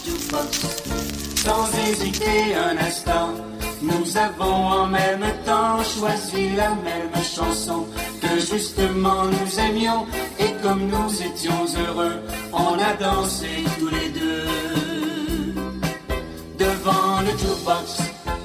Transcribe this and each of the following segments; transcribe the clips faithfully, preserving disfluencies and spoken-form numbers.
jukebox. Sans hésiter un instant, nous avons en même temps choisi la même chanson que justement nous aimions. Et comme nous étions heureux, on a dansé tous les deux devant le jukebox.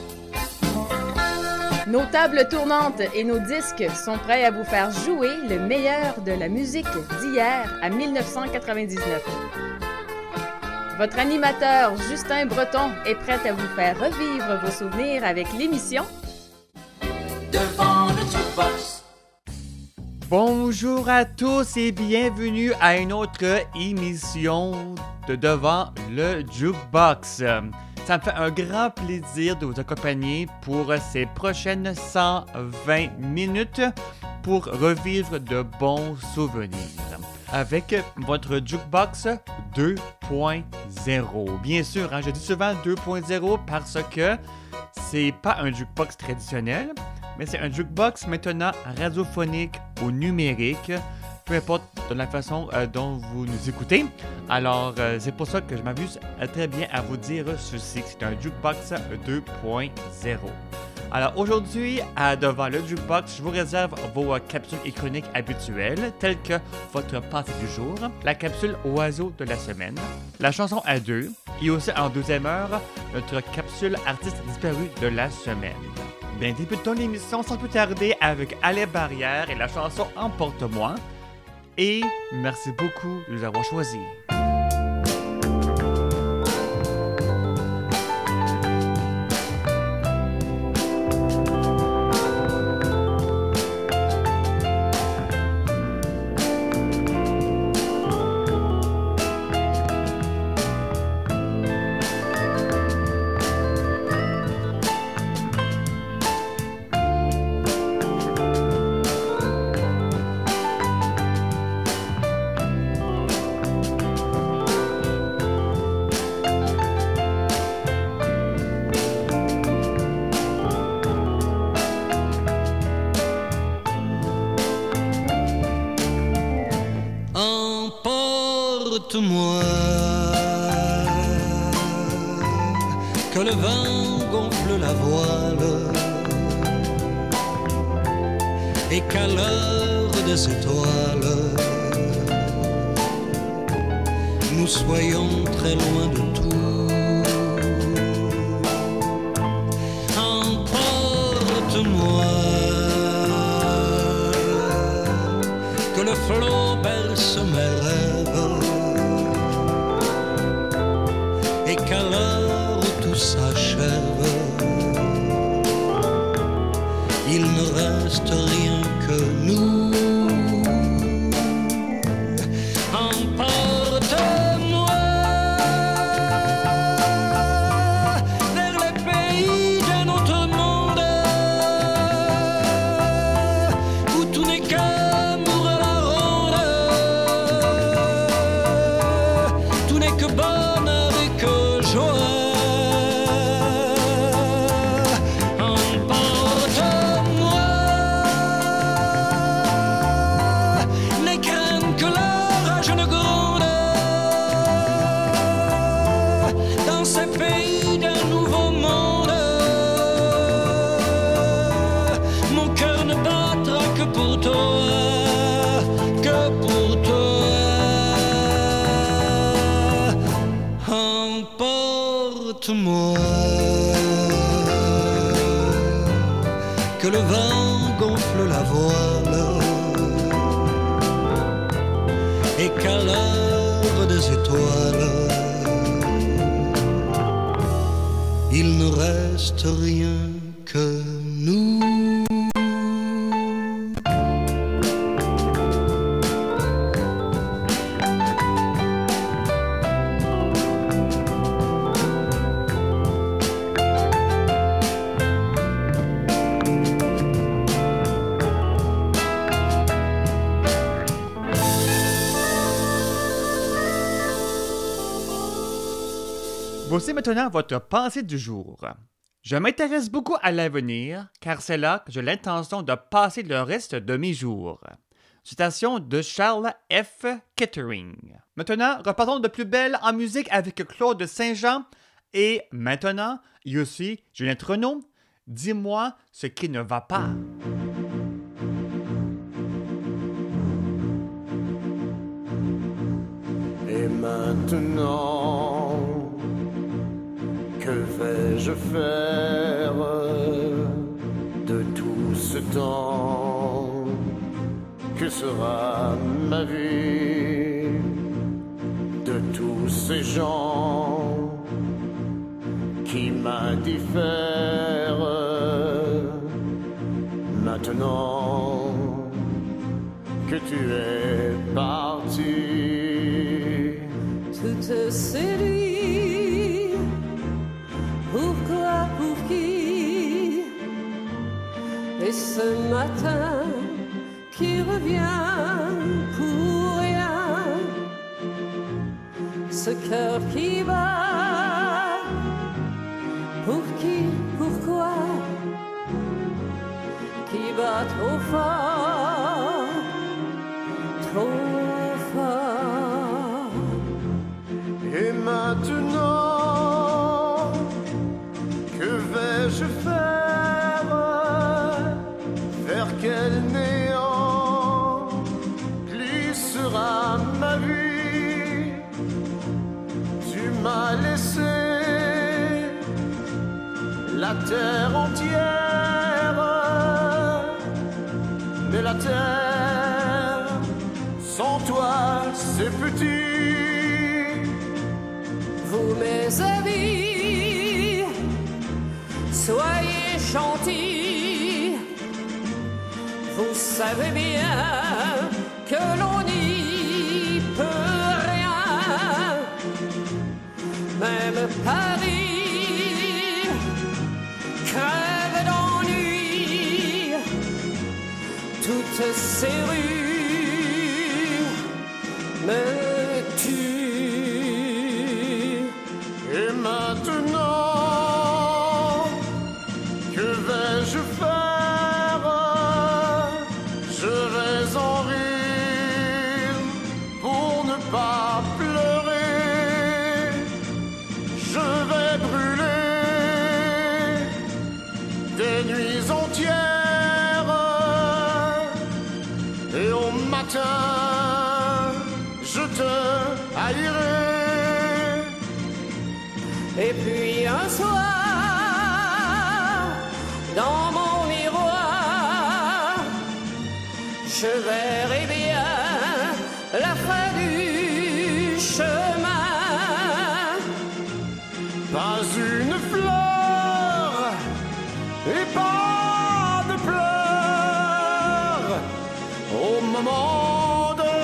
Nos tables tournantes et nos disques sont prêts à vous faire jouer le meilleur de la musique d'hier à dix-neuf cent quatre-vingt-dix-neuf. Votre animateur Justin Breton est prêt à vous faire revivre vos souvenirs avec l'émission Devant le jukebox. Bonjour à tous et bienvenue à une autre émission de Devant le Jukebox. Ça me fait un grand plaisir de vous accompagner pour ces prochaines cent vingt minutes pour revivre de bons souvenirs avec votre Jukebox deux point zéro. Bien sûr, hein, je dis souvent deux point zéro parce que c'est pas un jukebox traditionnel, mais c'est un jukebox maintenant radiophonique ou numérique, peu importe de la façon euh, dont vous nous écoutez. Alors, euh, c'est pour ça que je m'amuse très bien à vous dire ceci, que c'est un jukebox deux point zéro. Alors, aujourd'hui, à Devant le Jukebox, je vous réserve vos capsules et chroniques habituelles, telles que votre pensée du jour, la capsule oiseau de la semaine, la chanson à deux, et aussi en deuxième heure, notre capsule artiste disparu de la semaine. Bien, débutons l'émission sans plus tarder avec Alain Barrière et la chanson Emporte-moi. Et merci beaucoup de nous avoir choisis. Emporte-moi, que le vent gonfle la voile et qu'à l'heure des étoiles, nous soyons très loin de tout. Emporte-moi, que le flot berce mes rêves et qu'à l'heure où tout s'achève, il ne reste rien que nous. Emporte-moi vers les pays d'un autre monde où tout n'est qu'amour à la ronde, tout n'est que bonheur et que joie. Emporte-moi, que le vent gonfle la voile et qu'à l'heure des étoiles, il ne reste rien que nous. Voici maintenant votre pensée du jour. Je m'intéresse beaucoup à l'avenir, car c'est là que j'ai l'intention de passer le reste de mes jours. citation de Charles F. Kettering. Maintenant, repartons de plus belle en musique avec Claude Saint-Jean. Et maintenant, il y a aussi Ginette Renault. Dis-moi ce qui ne va pas. Et maintenant, que vais-je faire de tout ce temps? Que sera ma vie de tous ces gens qui m'indiffèrent? Maintenant que tu es parti, tout séduit. Pourquoi, pour qui? Et ce matin qui revient pour rien, ce cœur qui bat. Pour qui, pourquoi? Qui bat trop fort, trop fort. Et maintenant, que vais-je faire? Vers quel néant glissera ma vie? Tu m'as laissé la terre entière, mais la terre sans toi c'est petit. Vous mes amis, soyez gentils. Vous savez bien que l'on n'y peut rien. Même Paris crève d'ennui. Toutes ces rues me tuent. Et maintenant, que vais-je faire? Je vais en rire pour ne pas pleurer. Je vais brûler des nuits entières. Et au matin, je te haïrai. Et puis un soir, dans mon miroir, je verrai bien la fin du chemin. Pas une fleur et pas de pleurs au moment de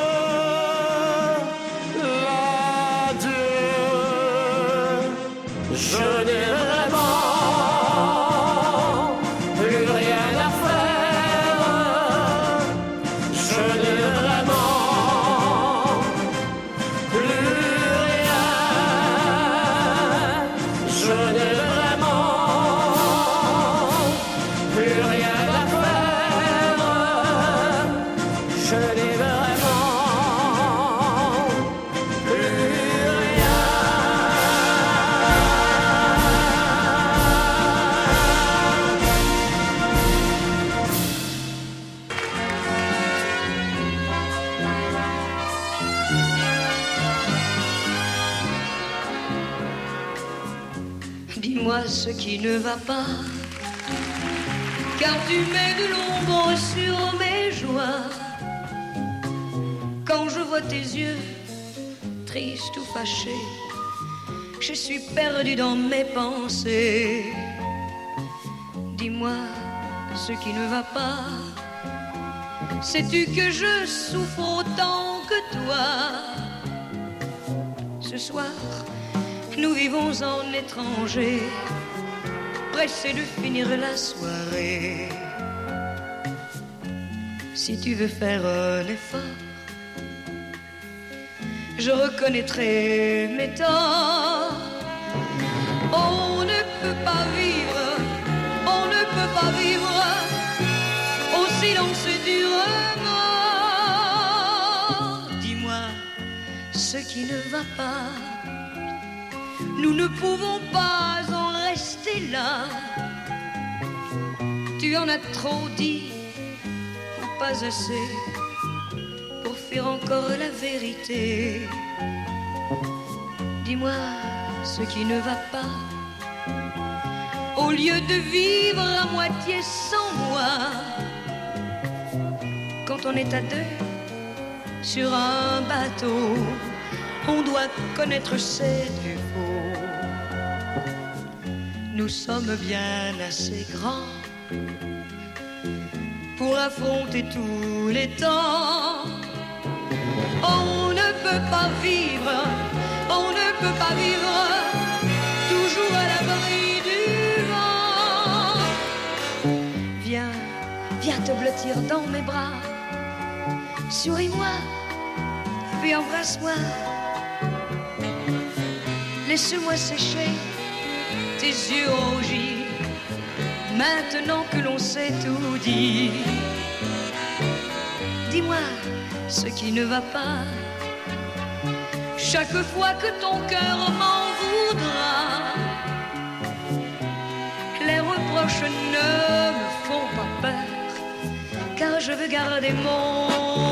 l'adieu. Je n'ai vraiment plus rien à faire. Je n'ai vraiment plus rien. Je n'ai vraiment plus rien à faire. Je n'ai vraiment plus rien. Dis-moi ce qui ne va pas, car tu mets de l'ombre sur mes joies. Quand je vois tes yeux, tristes ou fâchés, je suis perdue dans mes pensées. Dis-moi ce qui ne va pas. Sais-tu que je souffre autant que toi? Ce soir, nous vivons en étrangers, pressés de finir la soirée. Si tu veux faire un effort, je reconnaîtrai mes torts. On ne peut pas vivre, on ne peut pas vivre au silence du remords. qui ne va pas. Nous ne pouvons pas en rester là. Tu en as trop dit, ou pas assez, pour faire encore la vérité. Dis-moi ce qui ne va pas. Au lieu de vivre à moitié sans moi, quand on est à deux sur un bateau, on doit connaître ses défauts. Nous sommes bien assez grands pour affronter tous les temps. On ne peut pas vivre, on ne peut pas vivre toujours à l'abri du vent. Viens, viens te blottir dans mes bras. Souris-moi, puis embrasse-moi. Laisse-moi sécher tes yeux rougis, maintenant que l'on s'est tout dit. Dis-moi ce qui ne va pas. Chaque fois que ton cœur m'en voudra, les reproches ne me font pas peur, car je veux garder mon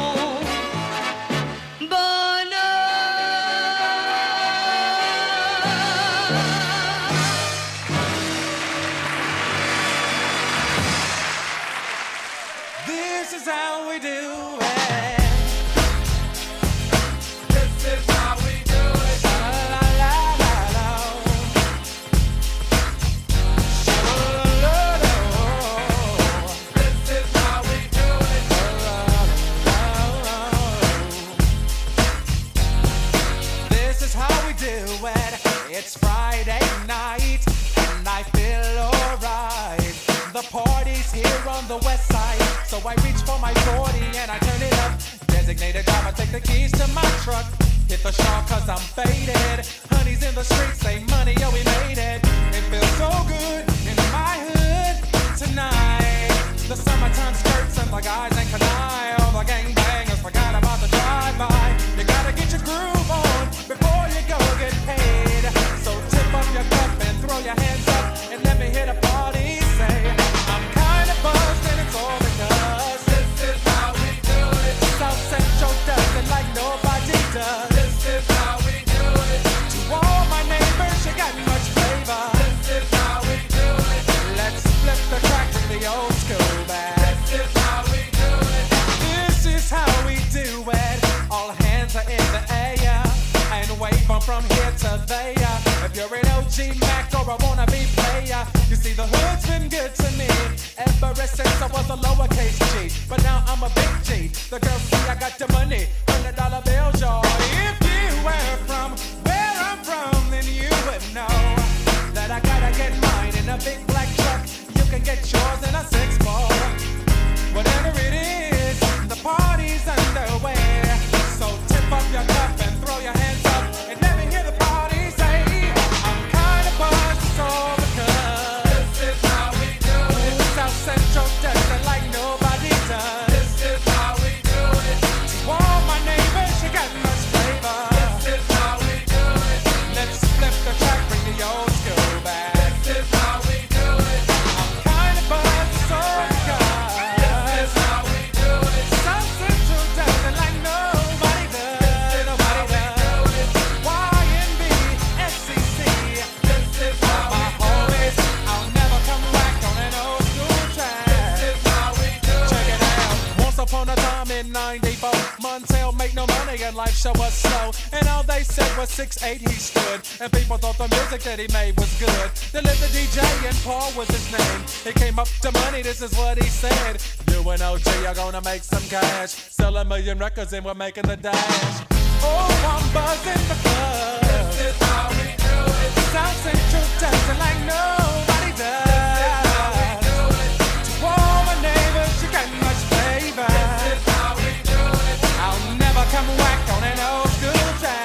six eight he stood, and people thought the music that he made was good. They lived the D J and Paul was his name. He came up to money, this is what he said. You and O G are gonna make some cash, sell a million records and we're making the dash. Oh, I'm buzzing the club. This is how we do it. South Central dancing like nobody does. This is how we do it. To all my neighbors, you got much flavor. This is how we do it. I'll never come whack on an old school track.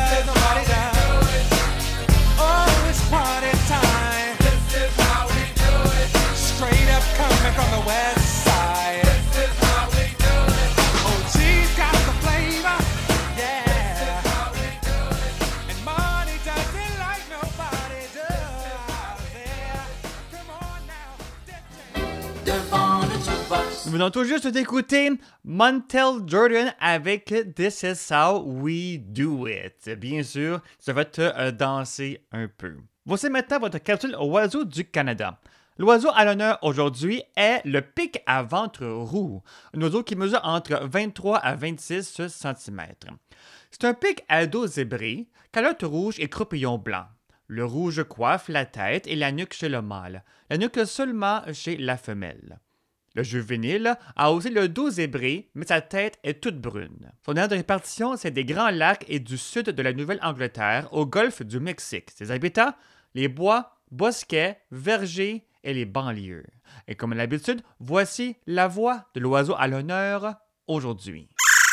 This is how we do Nous venons tout juste d'écouter Montel Jordan avec This Is How We Do It. Bien sûr, ça va te euh, danser un peu. Voici maintenant votre capsule oiseau du Canada. L'oiseau à l'honneur aujourd'hui est le pic à ventre roux, un oiseau qui mesure entre vingt-trois à vingt-six centimètres. C'est un pic à dos zébré, calotte rouge et croupillon blanc. Le rouge coiffe la tête et la nuque chez le mâle, la nuque seulement chez la femelle. Le juvénile a aussi le dos zébré, mais sa tête est toute brune. Son aire de répartition, c'est des grands lacs et du sud de la Nouvelle-Angleterre au golfe du Mexique. Ses habitats, les bois, bosquets, vergers et les banlieues. Et comme à l'habitude, voici la voix de l'oiseau à l'honneur aujourd'hui.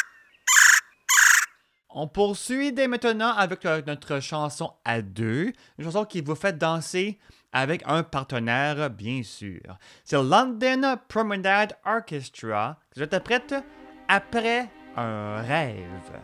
On poursuit dès maintenant avec notre chanson à deux, une chanson qui vous fait danser avec un partenaire, bien sûr. C'est London Promenade Orchestra que j'interprète Après un rêve.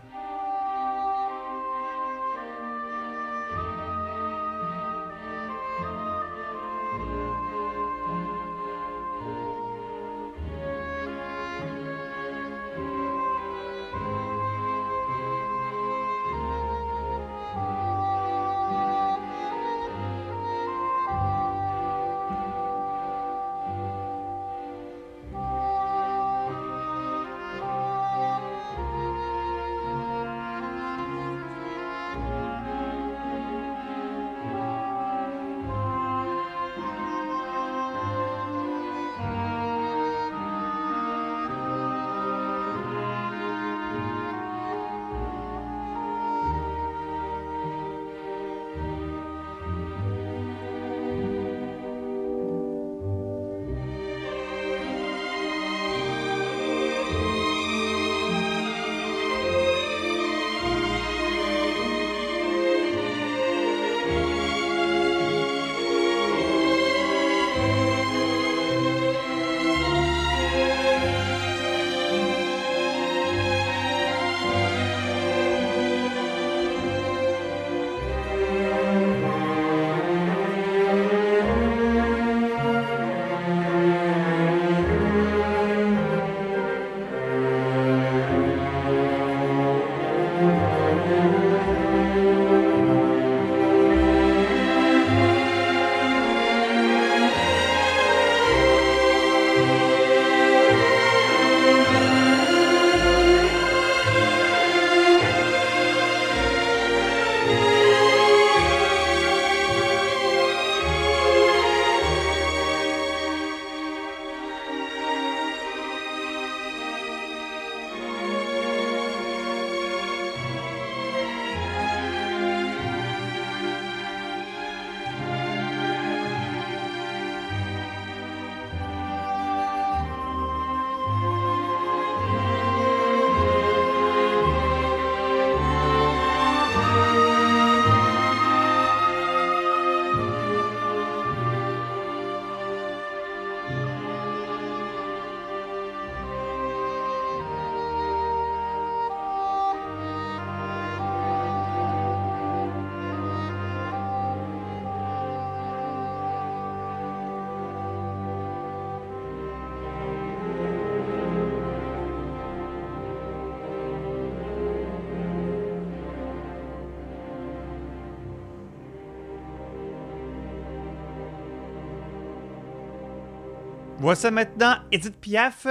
Voici maintenant Edith Piaf,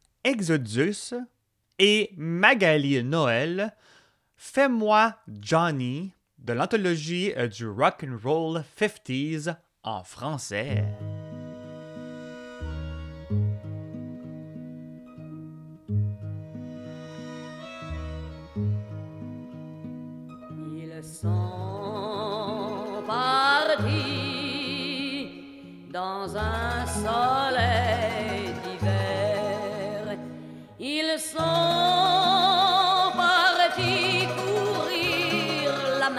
Exodus et Magali Noël, Fais-moi Johnny de l'anthologie du Rock and Roll cinquantaines en français. Ils sont partis dans un soleil d'hiver. Ils sont partis courir la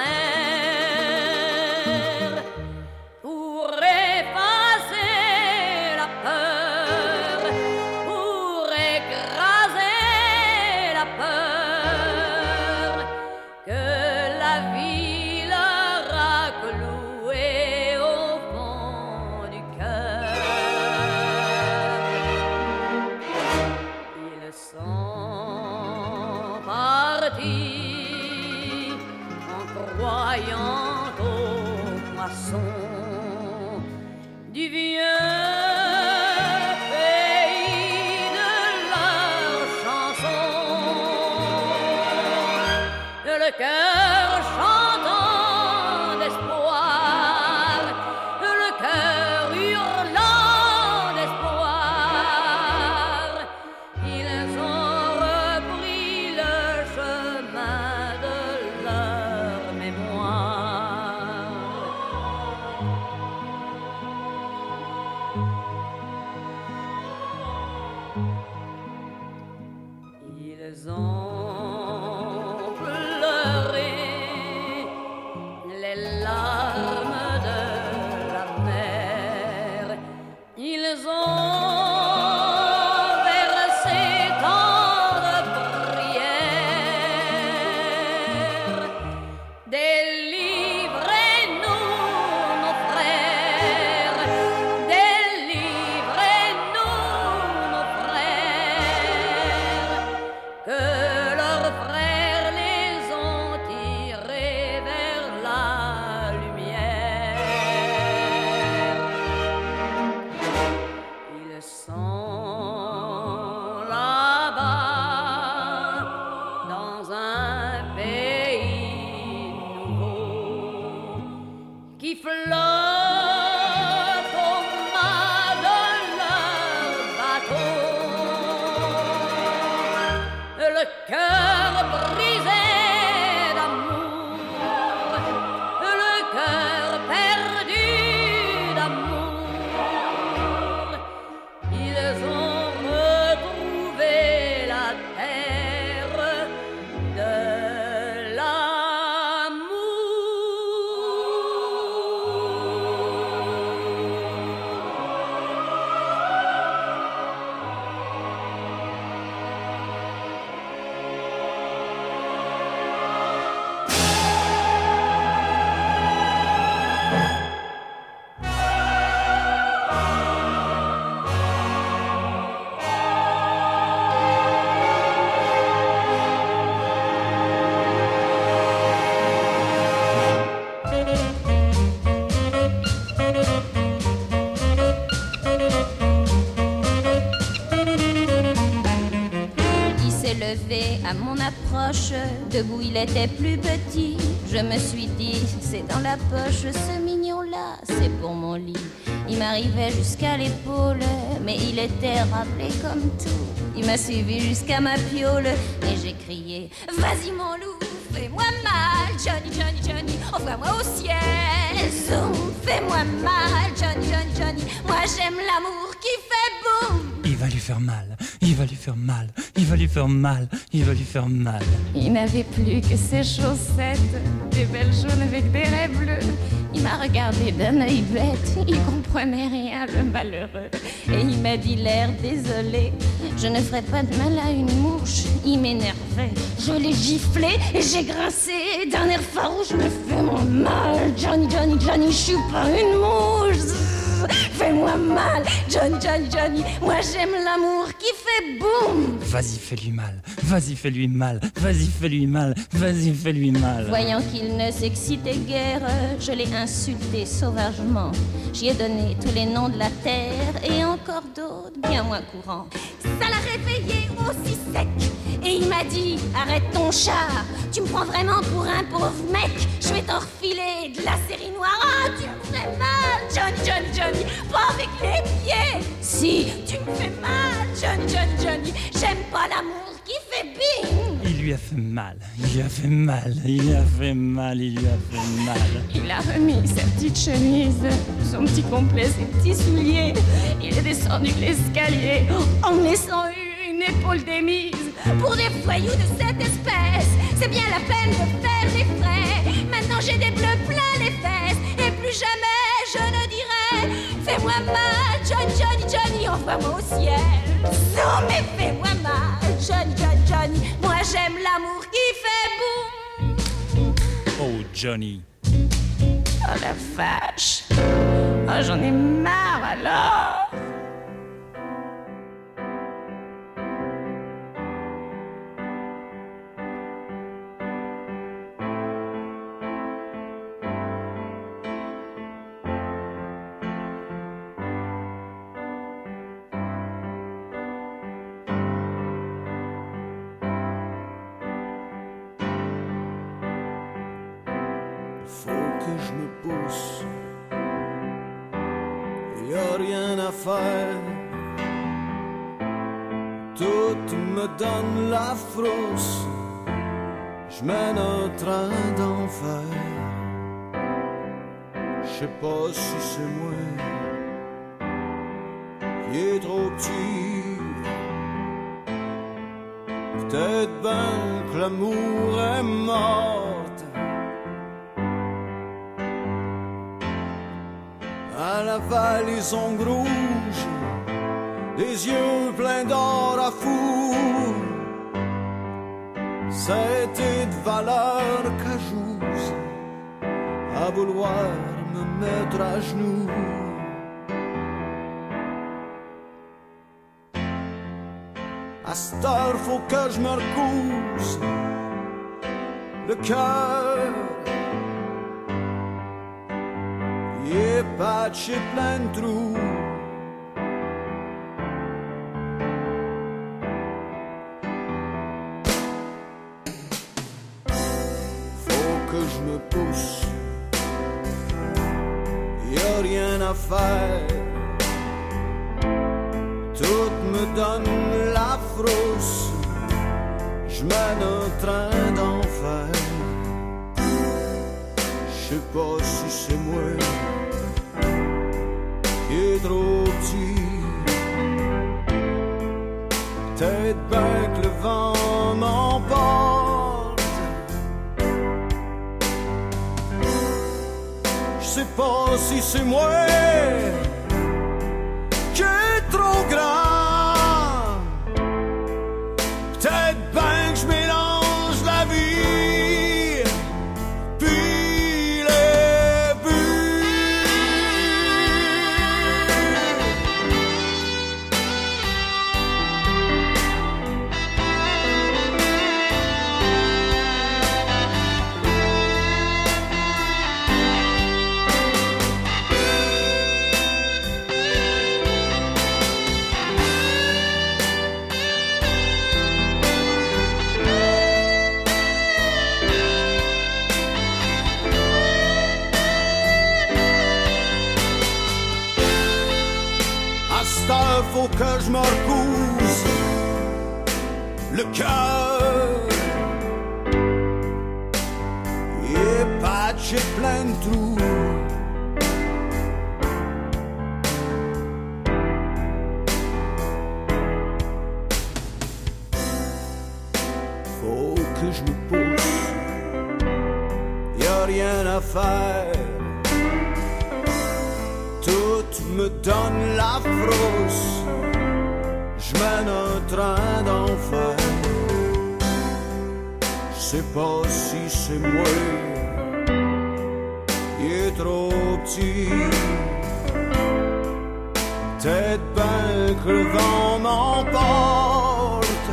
mer pour effacer la peur, pour écraser la peur que la vie leur a clouée au fond du cœur. croyant aux moissons du vieux pays de leurs chansons, le cœur chantant d'espoir, le cœur hurlant d'espoir, ils ont repris le chemin de leur mémoire. Ils ont pleuré les larmes de la mer. Ils ont versé tant de prières. Délivrez-nous, nos frères, délivrez-nous, nos frères, que leurs frères les ont tirés vers la lumière. Ils sont là-bas dans un pays nouveau qui flotte au mât de leur bateau, le cœur brisé d'amour, le cœur perdu d'amour. Ils ont retrouvé la terre de Il s'est levé à mon approche, debout il était plus petit. Je me suis dit, c'est dans la poche, ce mignon-là, c'est pour mon lit. Il m'arrivait jusqu'à l'épaule, mais il était rappelé comme tout. Il m'a suivi jusqu'à ma piole, et j'ai crié, vas-y mon loup, fais-moi mal, Johnny, Johnny, Johnny, envoie-moi au ciel. Zoom, fais-moi mal, Johnny, Johnny, Johnny, moi j'aime l'amour qui fait boum. Il va lui faire mal, il va lui faire mal, il va lui faire mal, il va lui faire mal. Il n'avait plus que ses chaussettes, des belles jaunes avec des raies bleues. Il m'a regardé d'un œil bête, il comprenait rien, le malheureux. Et il m'a dit l'air désolé, je ne ferai pas de mal à une mouche. Il m'énervait, je l'ai giflé et j'ai grincé d'un air farouche. Me fais-moi mal, Johnny, Johnny, Johnny, je suis pas une mouche. Fais-moi mal, Johnny, Johnny, Johnny, moi j'aime l'amour qui fait boum. Vas-y, fais-lui mal, vas-y, fais-lui mal, vas-y, fais-lui mal, vas-y, fais-lui mal. Voyant qu'il ne s'excitait guère, je l'ai insulté sauvagement. J'y ai donné tous les noms de la terre et encore d'autres bien moins courants. Ça l'a réveillé aussi sec et il m'a dit arrête ton char, tu me prends vraiment pour un pauvre mec. Je vais t'en refiler de la série noire. Ah, tu me fais mal, Johnny, Johnny, Johnny, pas avec les pieds. Si, tu me fais mal, Johnny, Johnny, Johnny, j'aime pas l'amour qui fait bing. Il lui a fait mal, il lui a fait mal, il lui a fait mal, il lui a fait mal. Il a remis sa petite chemise, son petit complet, ses petits souliers. Il est descendu l'escalier en me laissant une épaule démise. Pour des voyous de cette espèce, c'est bien la peine de faire des frais. Maintenant j'ai des bleus plein les fesses et plus jamais je ne dirai fais-moi mal, Johnny, Johnny, Johnny, envoie-moi au ciel. Non mais fais-moi mal, Johnny, Johnny, Johnny, moi j'aime l'amour qui fait boum. Oh Johnny. Oh la vache. Oh j'en ai marre alors. faut que je me pousse. Y a rien à faire. Tout me donne la frousse. Je mène un train d'enfer. Je sais pas si c'est moi qui est trop petit. Peut-être ben que l'amour est morte. À la valise rouge, des yeux pleins d'or à fou. C'était de valeur cajouse à vouloir me mettre à genoux. À cette heure, faut que je me recousse le cœur. Il est patché plein de trous. Faut que je me pousse. Y a rien à faire. Tout me donne la frousse. Je mène un train d'enfer. Je sais pas si c'est moi qui est trop petit. Peut-être bien que le vent m'emporte. Je sais pas si c'est moi qui est trop grand. Peut-être bien que je mélange la vie puis les buts. Faut que je me repousse le cœur. Il est patché plein de trous. Faut que je me pousse. Y a rien à faire. Tout me donne la frousse. Je mène un train d'enfer. Je sais pas si c'est moi qui est trop petit. Peut-être bien que le vent m'emporte.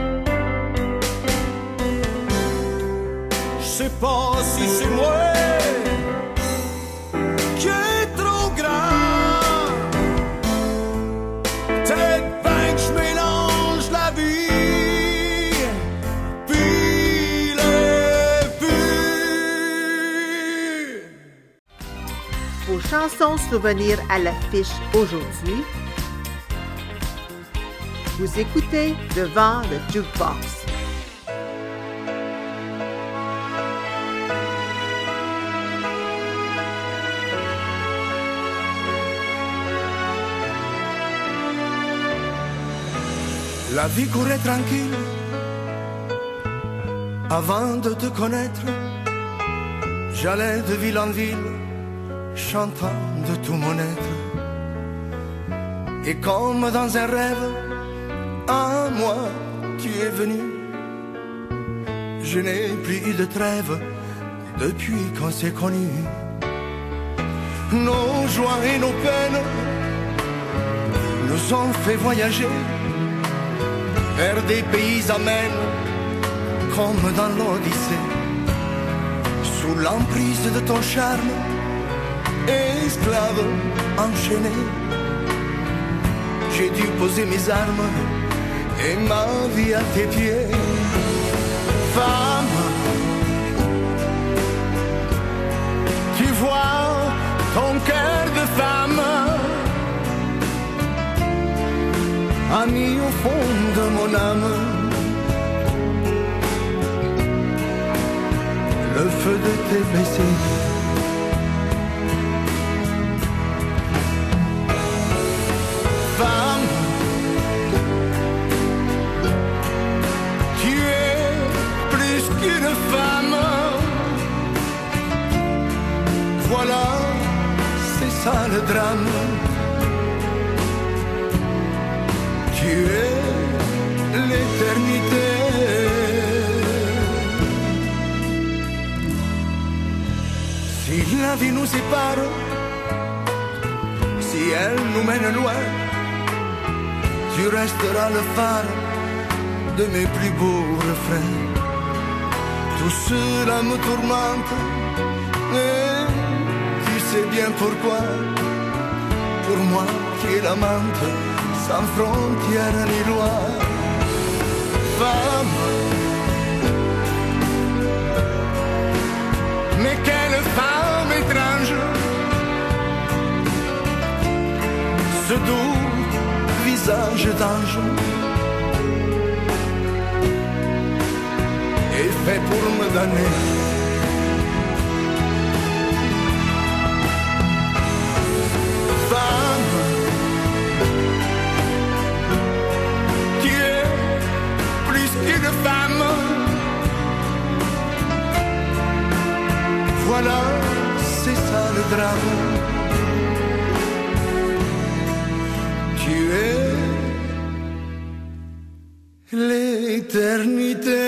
Je sais pas si c'est moi qui est trop grand. Peut-être bien que je mélange la vie puis les buts. Vos chansons souvenirs à l'affiche aujourd'hui. Vous écoutez Devant le Jukebox. La vie courait tranquille avant de te connaître. J'allais de ville en ville, chantant de tout mon être. Et comme dans un rêve, un mois tu es venu. Je n'ai plus eu de trêve depuis qu'on s'est connus. Nos joies et nos peines nous ont fait voyager vers des pays amènes, comme dans l'Odyssée. Sous l'emprise de ton charme, esclave enchaîné, j'ai dû poser mes armes et ma vie à tes pieds. Femme, fond de mon âme. Le feu de tes baisers. Femme, tu es plus qu'une femme. Voilà, c'est ça le drame. Tu es l'éternité. Si la vie nous sépare, si elle nous mène loin, tu resteras le phare de mes plus beaux refrains. Tout cela me tourmente, et tu sais bien pourquoi. Pour moi qui est l'amante, sans frontières ni loi. Femme, mais quelle femme étrange, ce doux visage d'ange est fait pour me donner. Femme, tu es plus qu'une femme. Voilà, c'est ça le drame. Tu es l'éternité.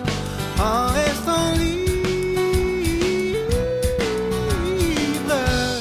En restant libre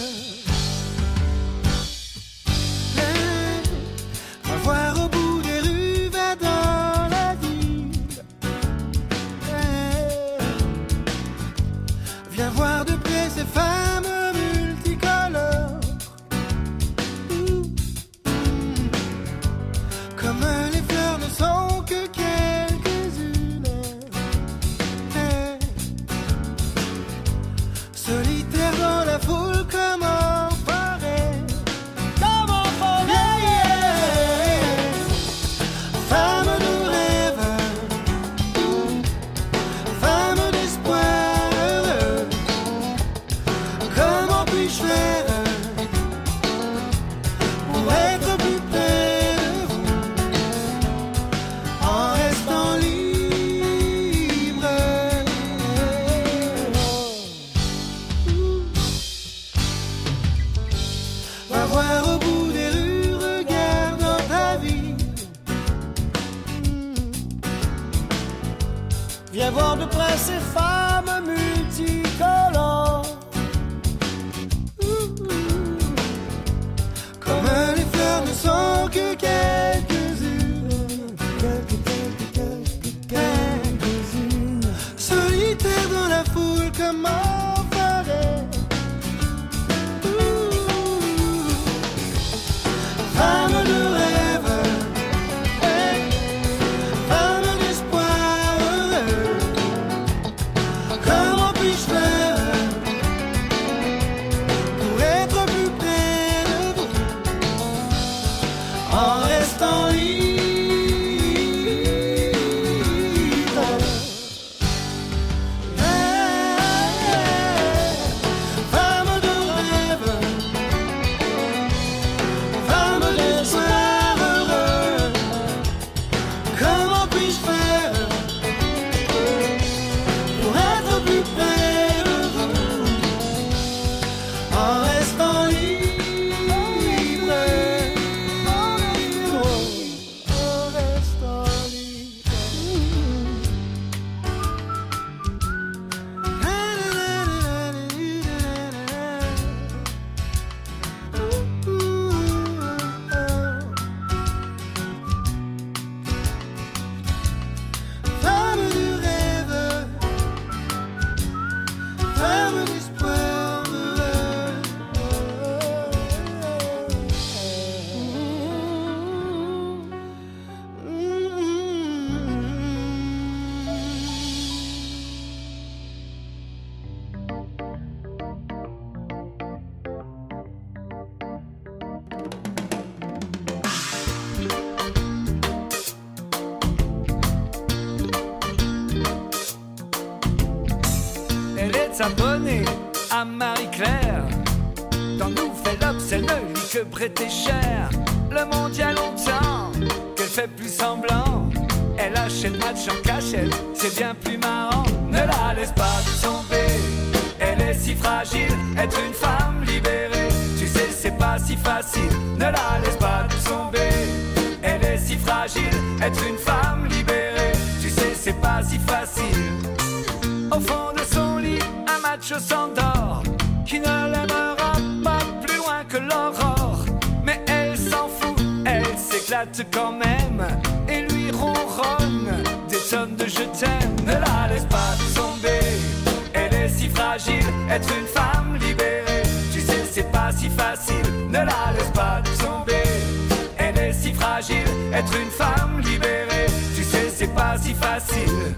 abonné à Marie-Claire. Dans Nouvelle Obs, elle ne lit que prêter cher. Le monde y a longtemps qu'elle fait plus semblant. Elle achète match en cachette, c'est bien plus marrant. Ne la laisse pas tomber, elle est si fragile. Être une femme libérée, tu sais c'est pas si facile. Ne la laisse pas tomber, elle est si fragile. Être une femme libérée, tu sais c'est pas si facile. Au fond de son lit, un macho s'endort, qui ne l'aimera pas plus loin que l'aurore. Mais elle s'en fout, elle s'éclate quand même, et lui ronronne des tonnes de je t'aime. Ne la laisse pas tomber, elle est si fragile. Être une femme libérée, tu sais c'est pas si facile. Ne la laisse pas tomber, elle est si fragile. Être une femme libérée, tu sais c'est pas si facile.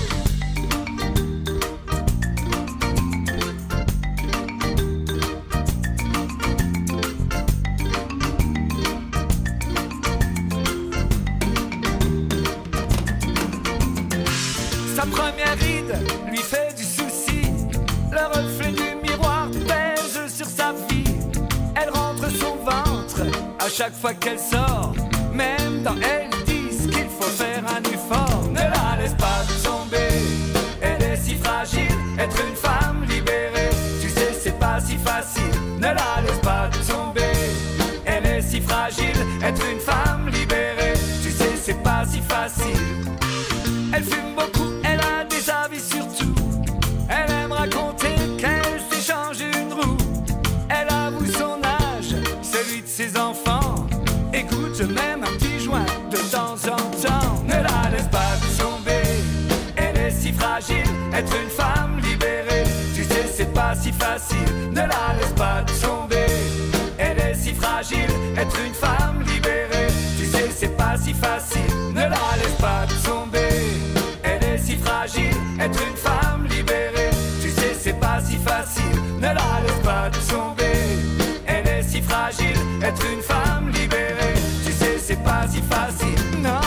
Sa première ride lui fait du souci. Le reflet du miroir pèse sur sa vie. Elle rentre son ventre à chaque fois qu'elle sort. Même dans elle disent qu'il faut faire un effort. Ne la laisse pas tomber, elle est si fragile. Être une femme libérée, tu sais c'est pas si facile. Ne la laisse pas tomber, elle est si fragile. Être une femme libérée, tu sais c'est pas si facile. Elle fume beaucoup, elle a des avis sur tout. Elle aime raconter qu'elle s'échange une roue. Elle avoue son âge, celui de ses enfants. Écoute même un petit joint de temps en temps. Ne la laisse pas tomber, elle est si fragile. Être une femme libérée, tu sais c'est pas si facile. Ne la laisse pas tomber, elle est si fragile. Être une femme libérée, tu sais c'est pas si facile. Ne la laisse pas tomber, elle est si fragile. Être une femme libérée, tu sais c'est pas si facile. Ne la laisse pas tomber, elle est si fragile. Être une femme libérée, tu sais c'est pas si facile. Non.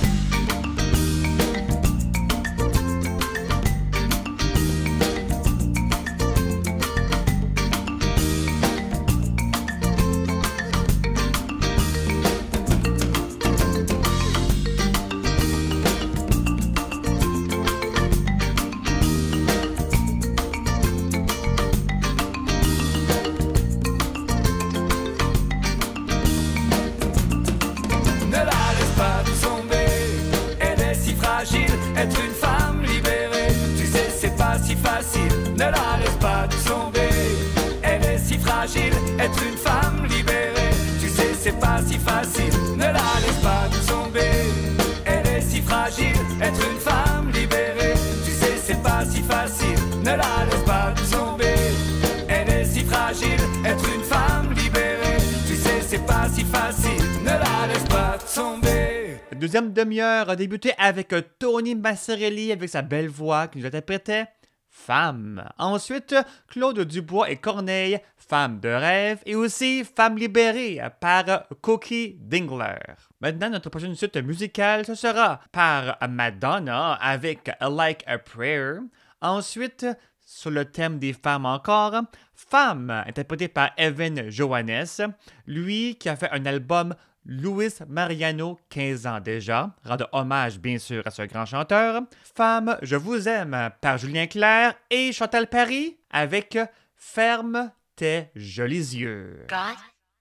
Être une femme libérée, tu sais c'est pas si facile. Ne la laisse pas tomber, elle est si fragile. Être une femme libérée, tu sais c'est pas si facile. Ne la laisse pas tomber, elle est si fragile. Être une femme libérée, tu sais c'est pas si facile. Ne la laisse pas tomber, elle est si fragile. Être une femme libérée, tu sais c'est pas si facile. Ne la laisse pas tomber. La deuxième demi-heure a débuté avec Tony Massarelli avec sa belle voix qui nous interprétait Femme. Ensuite, Claude Dubois et Corneille, Femme de rêve, et aussi Femme libérée par Cookie Dingler. Maintenant, notre prochaine suite musicale, ce sera par Madonna avec Like a Prayer. Ensuite, sur le thème des femmes encore, Femme, interprétée par Evan Johannes, lui qui a fait un album Louis Mariano, quinze ans déjà, rendre hommage bien sûr à ce grand chanteur. Femme, je vous aime par Julien Clerc et Chantal Paris avec Ferme tes jolis yeux. God.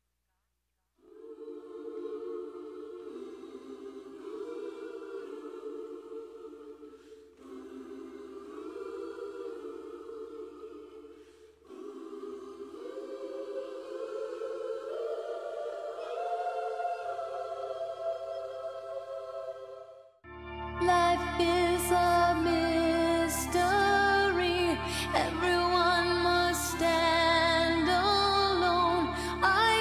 Life is a mystery. Everyone must stand alone. I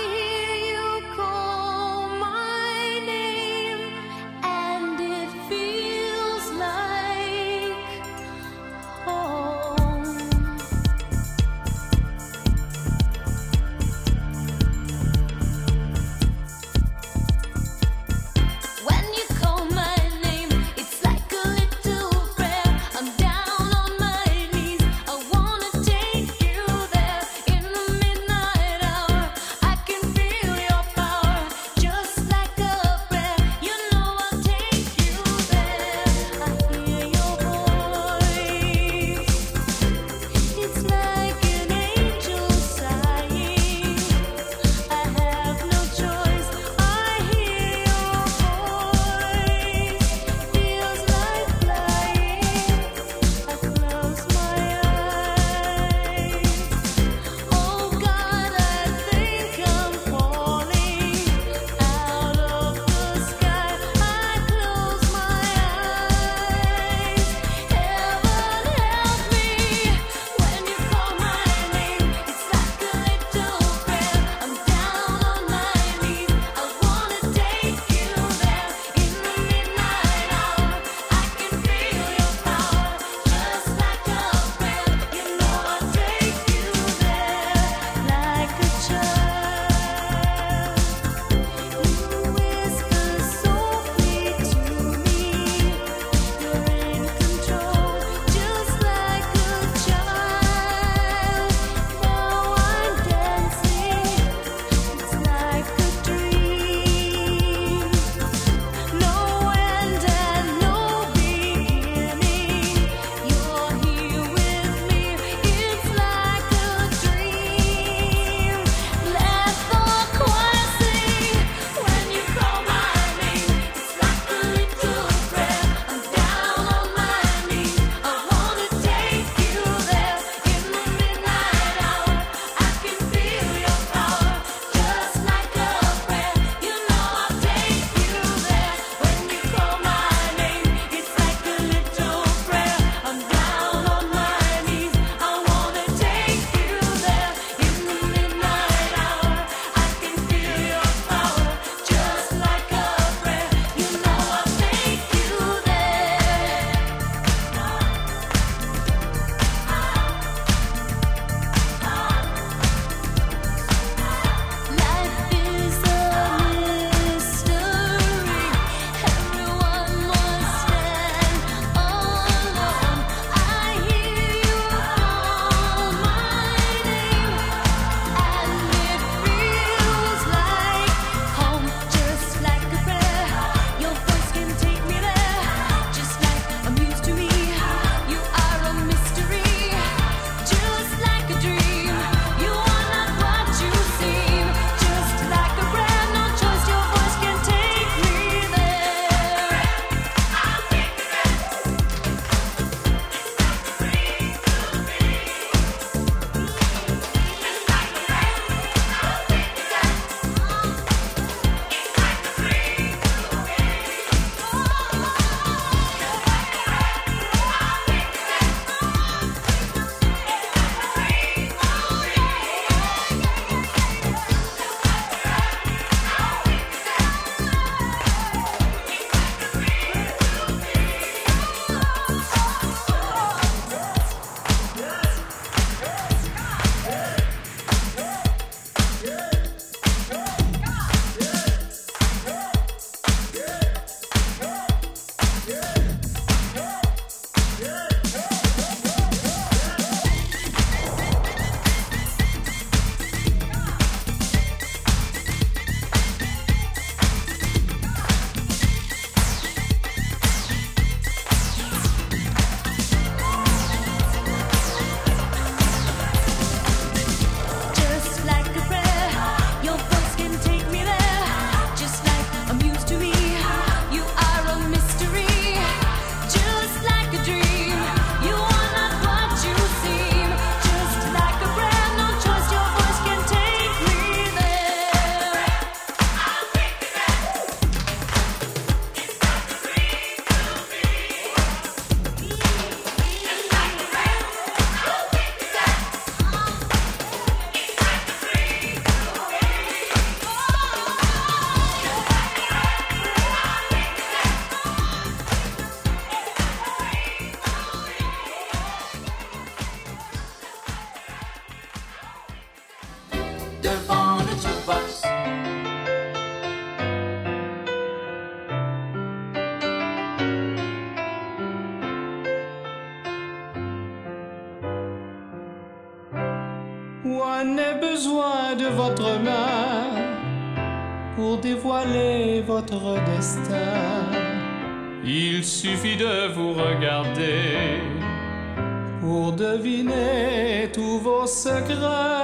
Ouane ait besoin de votre main pour dévoiler votre destin. Il suffit de vous regarder pour deviner tous vos secrets.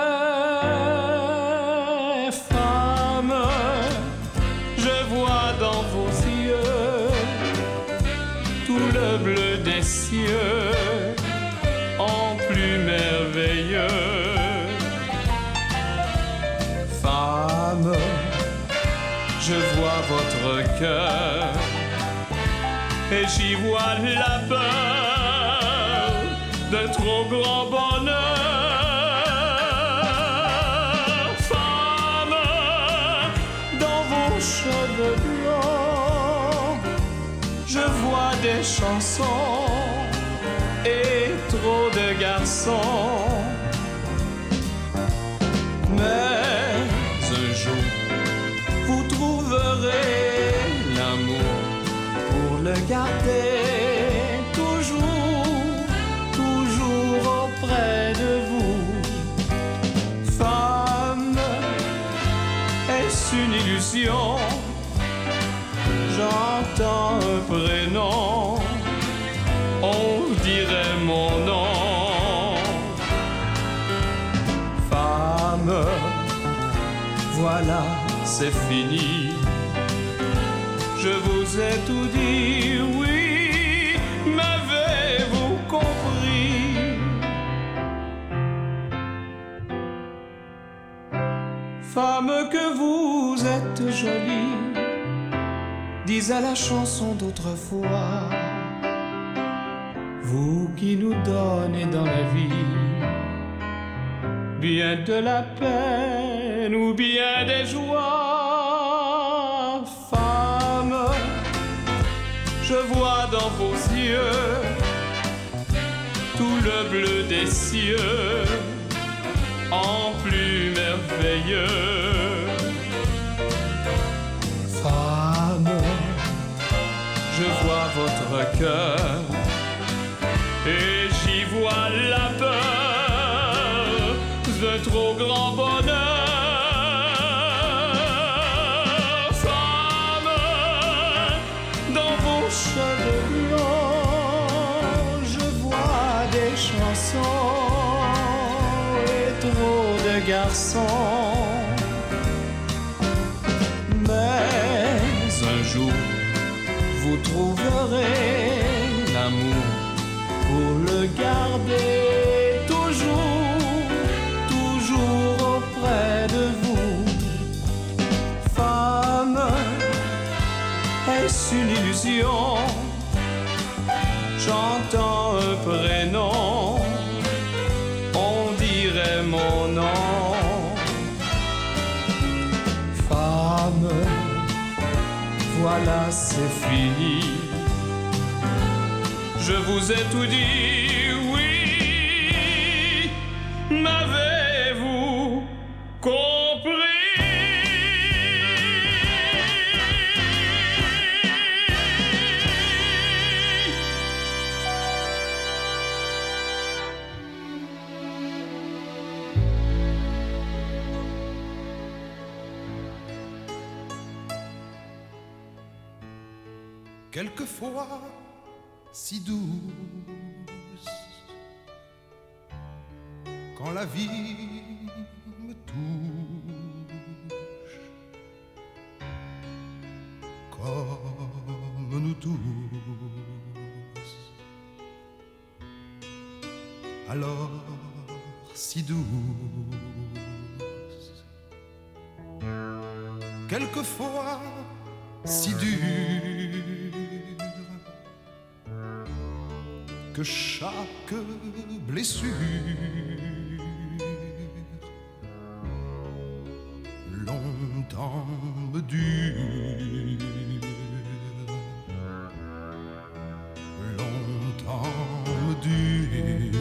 Femme, je vois dans vos yeux tout le bleu des cieux en plus merveilleux. Femme, je vois votre cœur et j'y vois la peur de trop grand bonheur. Femme, dans vos cheveux blancs, je vois des chansons et trop de garçons. Mais un jour, vous trouverez l'amour pour le garder toujours, toujours auprès de vous. Femme, est-ce une illusion? J'entends un prénom, on dirait mon nom. Femme, voilà, c'est fini. Je vous ai tout dit, oui, m'avez-vous compris? Femme, que vous êtes jolie, disait la chanson d'autrefois. Vous qui nous donnez dans la vie bien de la peine ou bien des joies. Femme, je vois dans vos yeux tout le bleu des cieux en plus merveilleux. Femme, je vois votre cœur et j'y vois la peur de trop grand bonheur. Femme, dans vos cheveux blancs, je vois des chansons et trop de garçons. Mais un jour, vous trouverez l'amour pour le garder toujours, toujours auprès de vous. Femme, est-ce une illusion? J'entends un prénom, on dirait mon nom. Femme, voilà, c'est fini. Je vous ai tout dit, oui, m'avez-vous compris? Quelquefois si douce, quand la vie me touche, comme nous tous, alors si douce, quelquefois si dure, que chaque blessure longtemps me dure, longtemps me dure.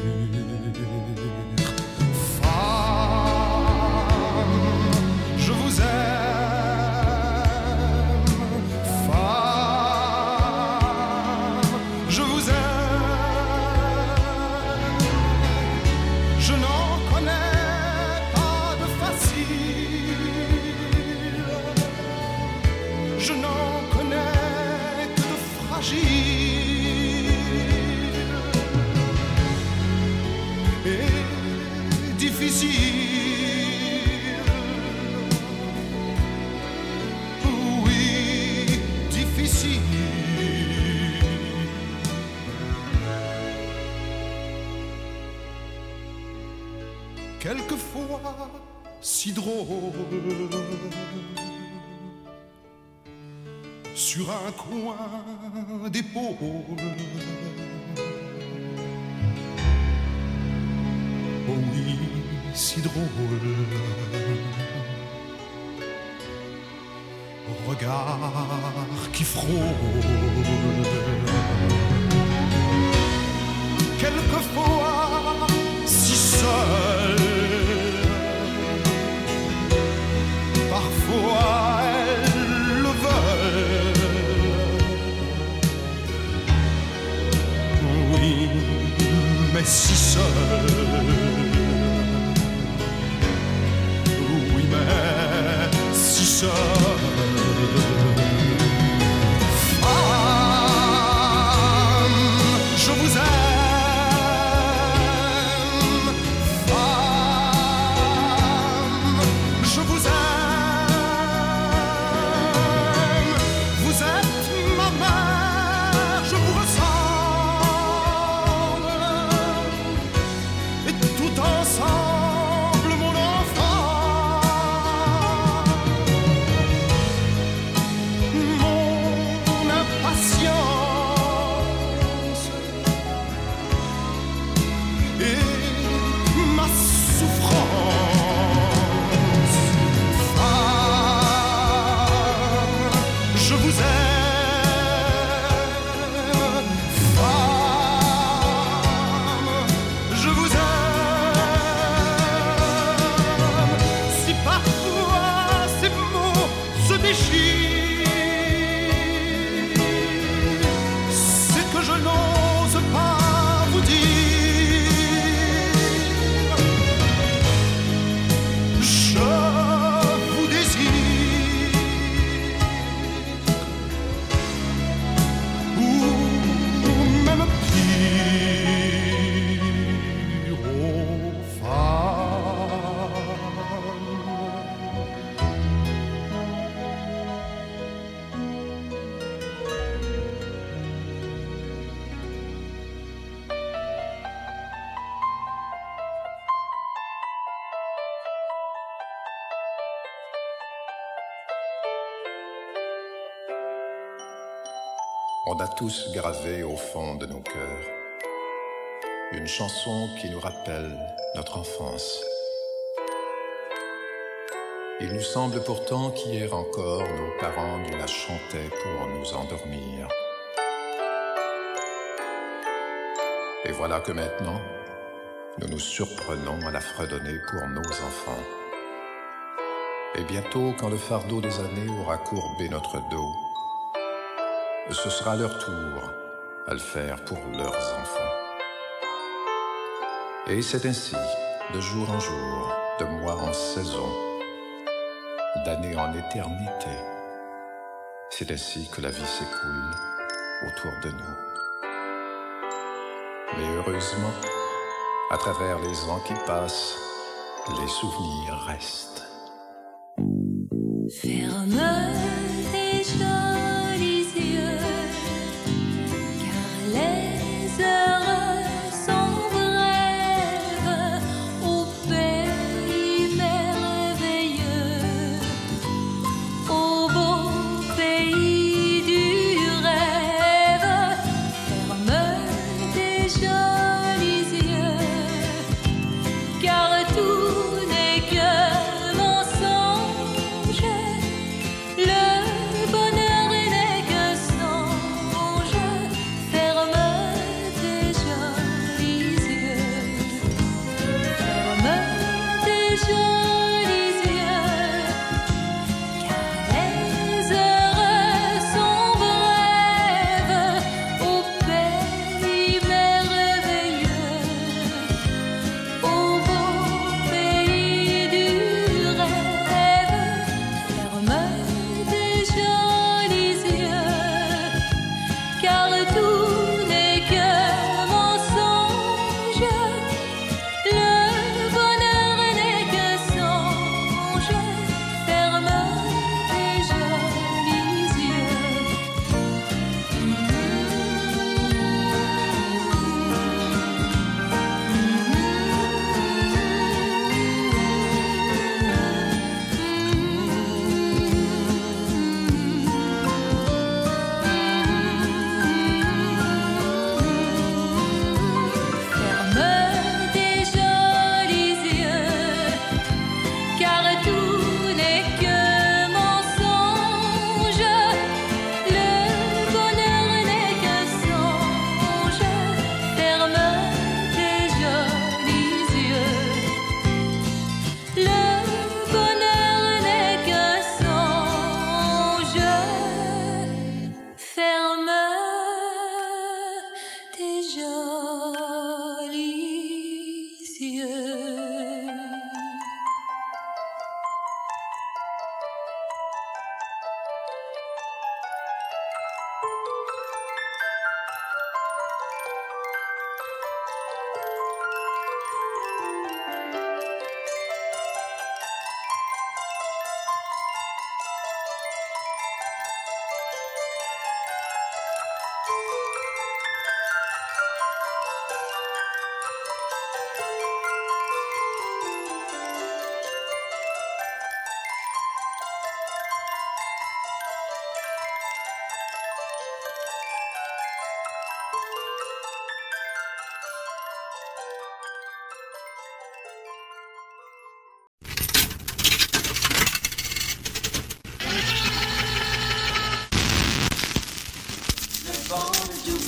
Femme, je vous aime. Je n'en connais Oui, difficile. Quelquefois si drôle, sur un coin d'épaule. Oh oui, si drôle. Regard qui frôle. Quelquefois si seul. Parfois elles le veulent. Oui, mais si seul. Oui, mais si seul. Femme, je vous aime. On a tous gravé au fond de nos cœurs une chanson qui nous rappelle notre enfance. Il nous semble pourtant qu'hier encore, nos parents nous la chantaient pour nous endormir. Et voilà que maintenant, nous nous surprenons à la fredonner pour nos enfants. Et bientôt, quand le fardeau des années aura courbé notre dos, ce sera leur tour à le faire pour leurs enfants. Et c'est ainsi, de jour en jour, de mois en saison, d'année en éternité, c'est ainsi que la vie s'écoule autour de nous. Mais heureusement, à travers les ans qui passent, les souvenirs restent. Ferme tes jolis yeux, car les heures sont brèves au pays merveilleux, au beau pays du rêve. Ferme tes jolis yeux, car tout n'est que mensonge.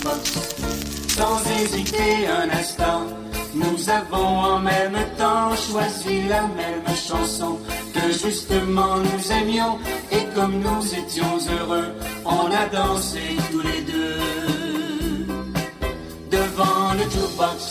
jukebox. Sans hésiter un instant, nous avons en même temps choisi la même chanson que justement nous aimions. Et comme nous étions heureux, on a dansé tous les deux devant le jukebox.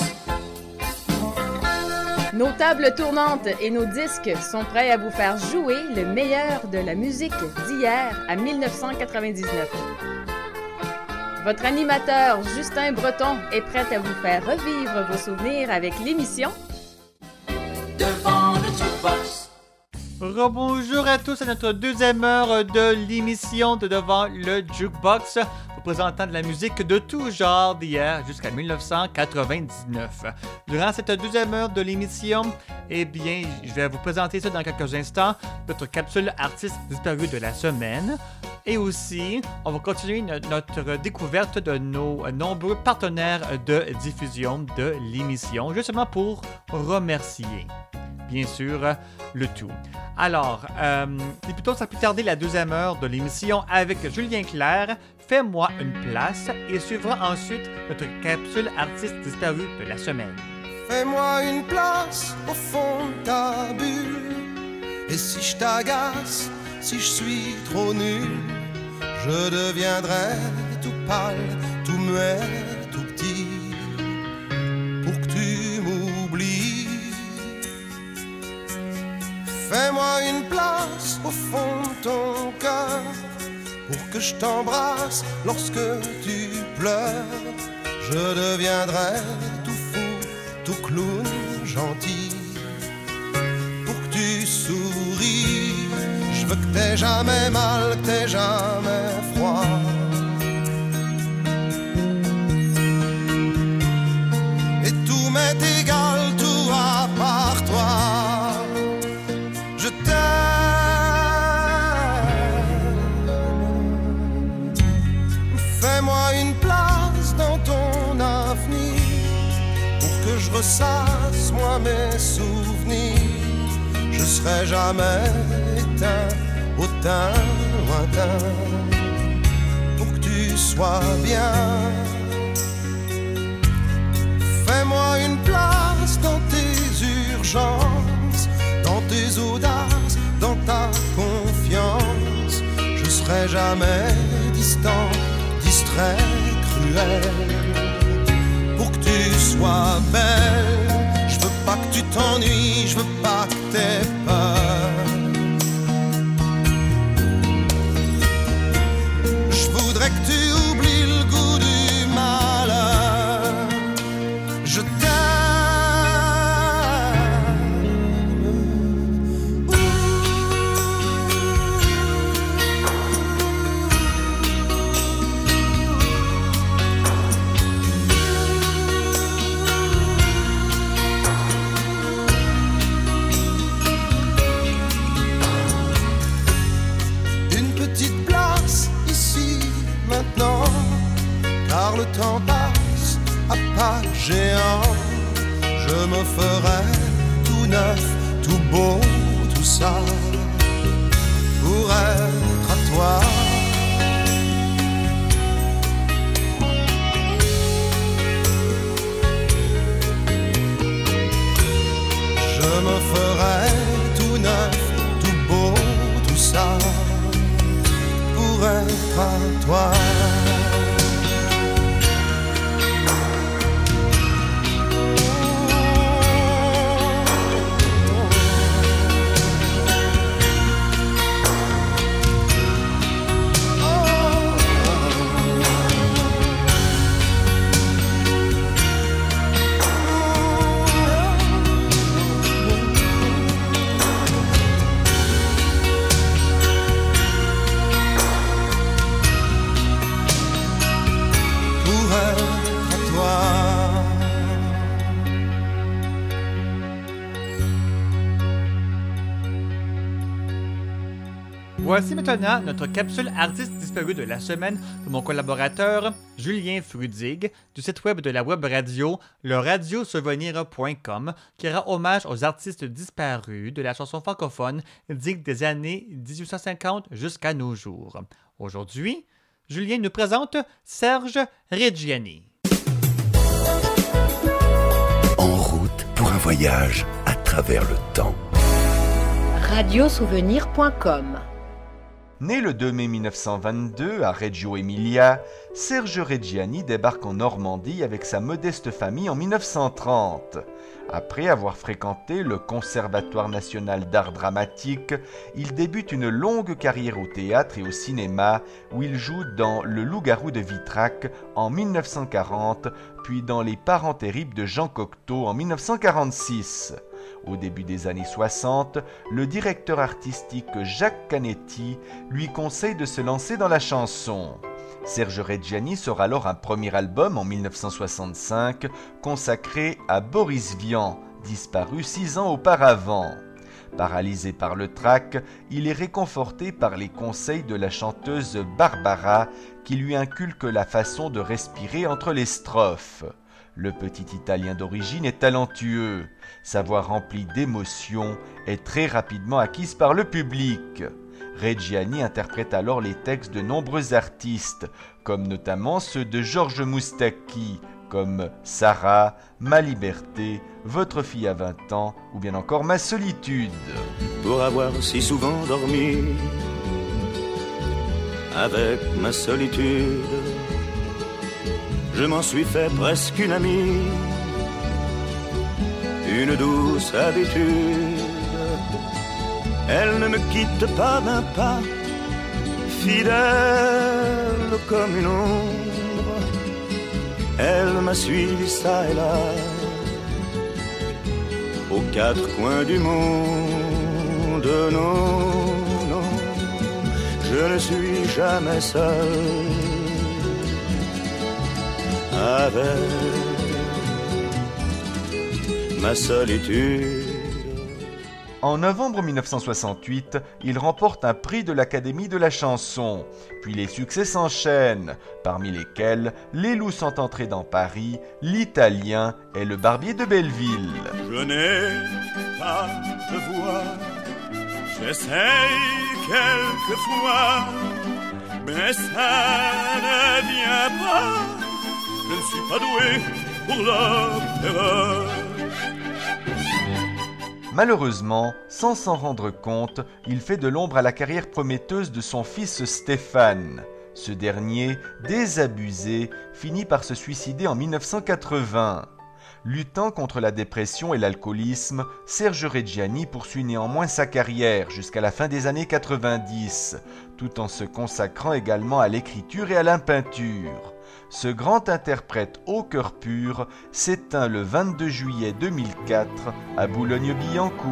Nos tables tournantes et nos disques sont prêts à vous faire jouer le meilleur de la musique d'hier à dix-neuf cent quatre-vingt-dix-neuf. Votre animateur Justin Breton est prêt à vous faire revivre vos souvenirs avec l'émission Devant le jukebox. Rebonjour à tous à notre deuxième heure de l'émission de Devant le Jukebox, vous présentant de la musique de tout genre d'hier jusqu'à dix-neuf cent quatre-vingt-dix-neuf. Durant cette deuxième heure de l'émission, eh bien, je vais vous présenter ça dans quelques instants, notre capsule artiste disparu de la semaine. Et aussi, on va continuer no- notre découverte de nos nombreux partenaires de diffusion de l'émission, justement pour remercier, bien sûr, le tout. Alors, euh, c'est plutôt sans plus tarder la deuxième heure de l'émission avec Julien Clerc, Fais-moi une place, et suivra ensuite notre capsule artiste disparu de la semaine. Fais-moi une place au fond de ta bulle. Et si je t'agace, si je suis trop nul, je deviendrai tout pâle, tout muet, tout petit, pour que tu m'oublies. Fais-moi une place au fond de ton cœur, pour que je t'embrasse lorsque tu pleures. Je deviendrai tout fou, tout clown, gentil, pour que tu souris. Je veux que t'aies jamais mal, que t'aies jamais froid. Et tout m'est égal, tout à part toi. Je t'aime. Fais-moi une place dans ton avenir, pour que je ressasse moi mes souvenirs. Je serai jamais éteint au teint lointain, pour que tu sois bien. Fais-moi une place dans tes urgences, dans tes audaces, dans ta confiance. Je serai jamais distant, distrait, cruel, pour que tu sois belle. Je veux pas que tu t'ennuies, je veux pas que t'aies peur. Je voudrais que tu oublies le goût du malheur. Je t'aime. Car le temps passe à pas géant. Je me ferai tout neuf, tout beau, tout ça, pour être à toi. Je me ferai tout neuf, tout beau, tout ça, pour être à toi. Voici maintenant notre capsule artiste disparu de la semaine de mon collaborateur Julien Frudig du site web de la web radio le radio souvenir point com qui rend hommage aux artistes disparus de la chanson francophone digne des années dix-huit cent cinquante jusqu'à nos jours. Aujourd'hui, Julien nous présente Serge Reggiani. En route pour un voyage à travers le temps. radiosouvenir point com. Né le deux mai mille neuf cent vingt-deux à Reggio Emilia, Serge Reggiani débarque en Normandie avec sa modeste famille en mille neuf cent trente. Après avoir fréquenté le Conservatoire national d'art dramatique, il débute une longue carrière au théâtre et au cinéma où il joue dans Le Loup-garou de Vitrac en mille neuf cent quarante, puis dans Les Parents terribles de Jean Cocteau en mille neuf cent quarante-six. Au début des années soixante, le directeur artistique Jacques Canetti lui conseille de se lancer dans la chanson. Serge Reggiani sort alors un premier album en mille neuf cent soixante-cinq consacré à Boris Vian, disparu six ans auparavant. Paralysé par le trac, il est réconforté par les conseils de la chanteuse Barbara qui lui inculque la façon de respirer entre les strophes. Le petit Italien d'origine est talentueux. Sa voix remplie d'émotion est très rapidement acquise par le public. Reggiani interprète alors les textes de nombreux artistes, comme notamment ceux de Georges Moustaki, comme Sarah, Ma liberté, Votre fille à vingt ans, ou bien encore Ma solitude. Pour avoir si souvent dormi avec ma solitude, je m'en suis fait presque une amie, une douce habitude. Elle ne me quitte pas d'un pas, fidèle comme une ombre. Elle m'a suivi ça et là, aux quatre coins du monde. Non, non, je ne suis jamais seul avec ma solitude. En novembre mille neuf cent soixante-huit, il remporte un prix de l'Académie de la chanson. Puis les succès s'enchaînent, parmi lesquels Les loups sont entrés dans Paris, L'Italien et Le barbier de Belleville. Je n'ai pas de voix, j'essaye quelquefois, mais ça ne vient pas. Je ne suis pas doué pour l'opéra. Malheureusement, sans s'en rendre compte, il fait de l'ombre à la carrière prometteuse de son fils Stéphane. Ce dernier, désabusé, finit par se suicider en mille neuf cent quatre-vingts. Luttant contre la dépression et l'alcoolisme, Serge Reggiani poursuit néanmoins sa carrière jusqu'à la fin des années quatre-vingt-dix, tout en se consacrant également à l'écriture et à la peinture. Ce grand interprète au cœur pur s'éteint le vingt-deux juillet deux mille quatre à Boulogne-Billancourt.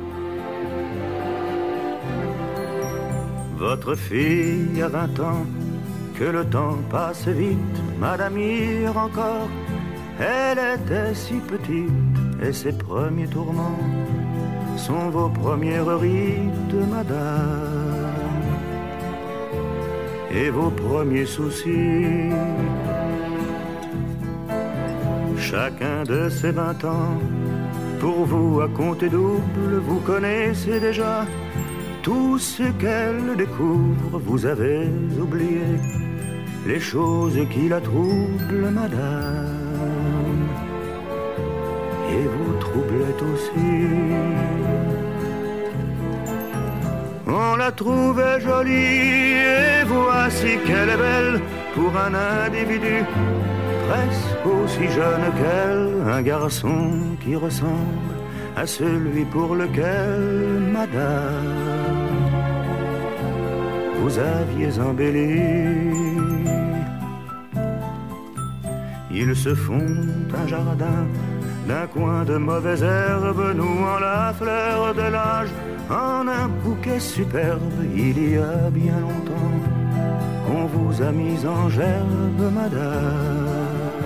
Votre fille a vingt ans, que le temps passe vite, madame hier encore. Elle était si petite et ses premiers tourments sont vos premières rides, madame, et vos premiers soucis. Chacun de ces vingt ans, pour vous à compter double, vous connaissez déjà tout ce qu'elle découvre. Vous avez oublié les choses qui la troublent, madame, et vous troublait aussi. On la trouvait jolie et voici qu'elle est belle pour un individu presque aussi jeune qu'elle, un garçon qui ressemble à celui pour lequel, madame, vous aviez embelli. Ils se font un jardin d'un coin de mauvaises herbes, nouant la fleur de l'âge en un bouquet superbe. Il y a bien longtemps qu'on vous a mis en gerbe, madame.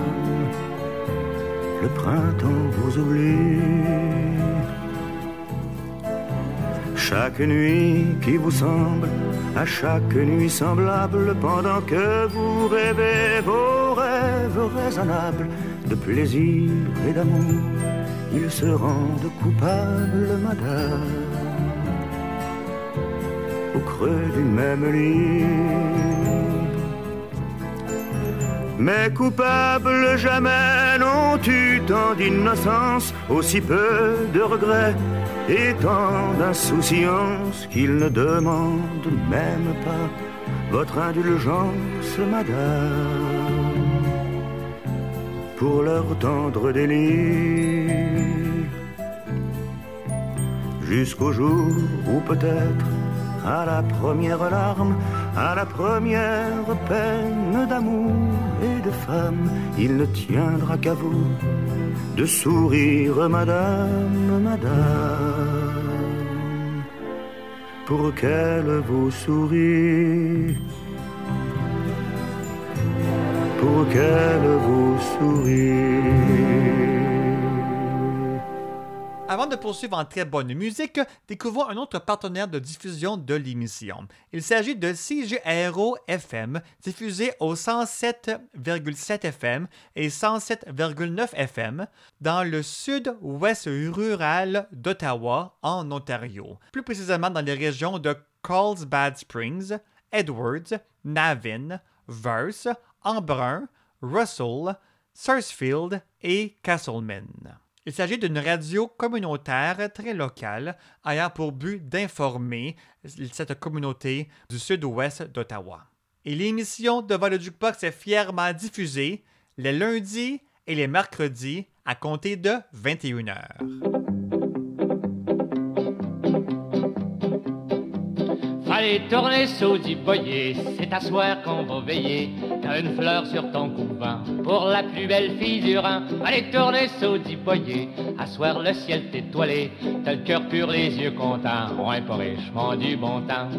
Le printemps vous oublie. Chaque nuit qui vous semble à chaque nuit semblable, pendant que vous rêvez vos rêves raisonnables de plaisir et d'amour, ils se rendent coupables, madame, au creux du même lit. Mais coupables jamais n'ont eu tant d'innocence, aussi peu de regrets et tant d'insouciance qu'ils ne demandent même pas votre indulgence, madame, pour leur tendre délit. Jusqu'au jour où peut-être, à la première larme, à la première peine d'amour et de femme, il ne tiendra qu'à vous de sourire, madame, madame, pour qu'elle vous sourie, pour qu'elle vous sourie. Avant de poursuivre en très bonne musique, découvrons un autre partenaire de diffusion de l'émission. Il s'agit de C J R O F M, diffusé au cent sept virgule sept F M et cent sept virgule neuf F M dans le sud-ouest rural d'Ottawa, en Ontario. Plus précisément dans les régions de Carlsbad Springs, Edwards, Navan, Verse, Embrun, Russell, Sarsfield et Castleman. Il s'agit d'une radio communautaire très locale ayant pour but d'informer cette communauté du sud-ouest d'Ottawa. Et l'émission Devant le Jukebox est fièrement diffusée les lundis et les mercredis à compter de vingt et une heures. Allez, tourner saudi boyer, c'est à soir qu'on va veiller. T'as une fleur sur ton couvent pour la plus belle fille du Rhin. Allez, tourner saudi boyer, à soir le ciel t'est étoilé. T'as le cœur pur, les yeux contents, ouais, pas richement du bon temps.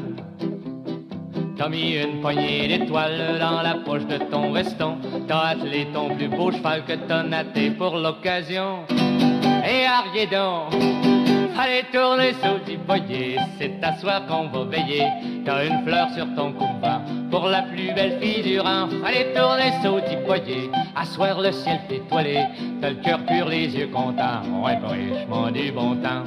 T'as mis une poignée d'étoiles dans la poche de ton veston. T'as attelé ton plus beau cheval que t'as natté pour l'occasion. Et ariez donc, allez tourner saudi boyer, c'est à soir qu'on va veiller. T'as une fleur sur ton couvent pour la plus belle fille du Rhin. Allez tourner saudi boyer, à soir le ciel t'est étoilé. T'as le cœur pur, les yeux contents, ouais, pas richement du bon temps.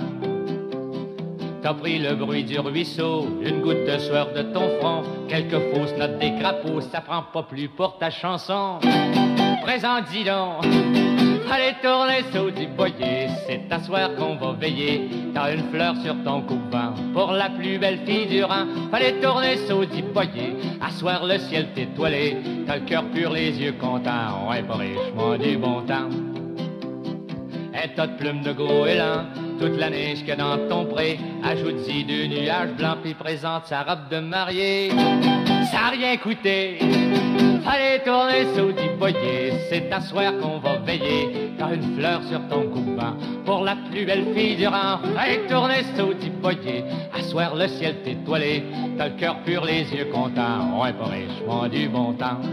T'as pris le bruit du ruisseau, une goutte de sueur de ton front, quelques fausses notes des crapauds, ça prend pas plus pour ta chanson. Présent, dis donc, allez tourner saudi boyer, c'est à soir qu'on va veiller. T'as une fleur sur ton couvent pour la plus belle fille du Rhin. Allez tourner saudi boyer, à soir le ciel t'est étoilé. T'as le cœur pur, les yeux contents, ouais, pas richement du bon temps. Un tas de plumes de goéland, toute la neige que dans ton pré. Ajoute-y deux nuages blancs, puis présente sa robe de mariée. Ça a rien coûté, allez tourner saudi boyer, c'est à soir qu'on va veiller. T'as une fleur sur ton couvent pour la plus belle fille du Rhin. Allez tourner saudi boyer, à soir le ciel t'est étoilé. T'as le cœur pur, les yeux contents, ouais, pas richement du bon temps.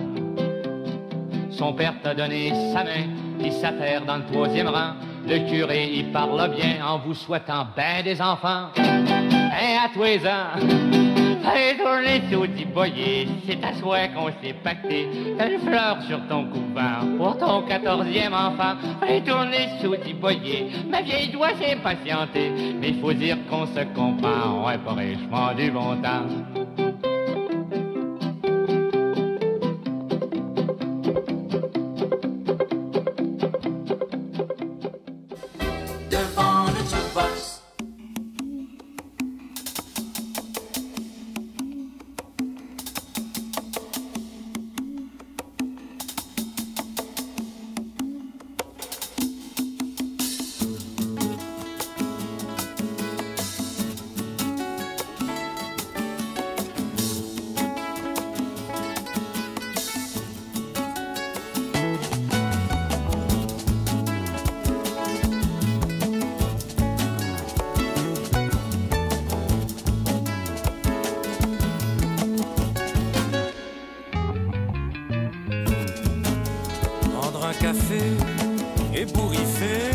Son père t'a donné sa main, puis sa terre dans le troisième rang. Le curé y parle bien en vous souhaitant ben des enfants. Et à tous les ans, allez tourner saudi boyer, c'est à soir qu'on s'est pacté. T'as une fleur sur ton couvent pour ton quatorzième enfant. Allez tourner saudi boyer, ma vieille doit s'impatienter. Mais il faut dire qu'on se comprend, ouais, pas richement du bon temps. Café ébouriffé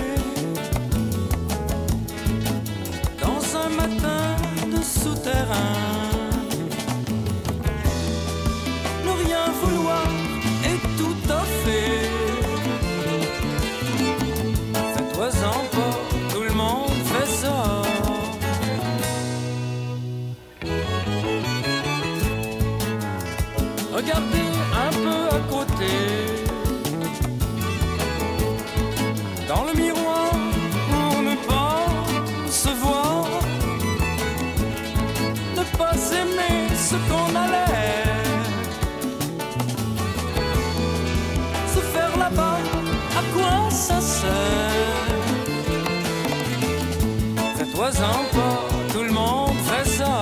dans un matin de souterrain. Ne rien vouloir et tout offrir. Fais-toi-en pas, tout le monde fait ça. Regardez un peu à côté. ce qu'on allait se faire là-bas, à quoi ça sert? Fais-toi-en pas, tout le monde fait ça.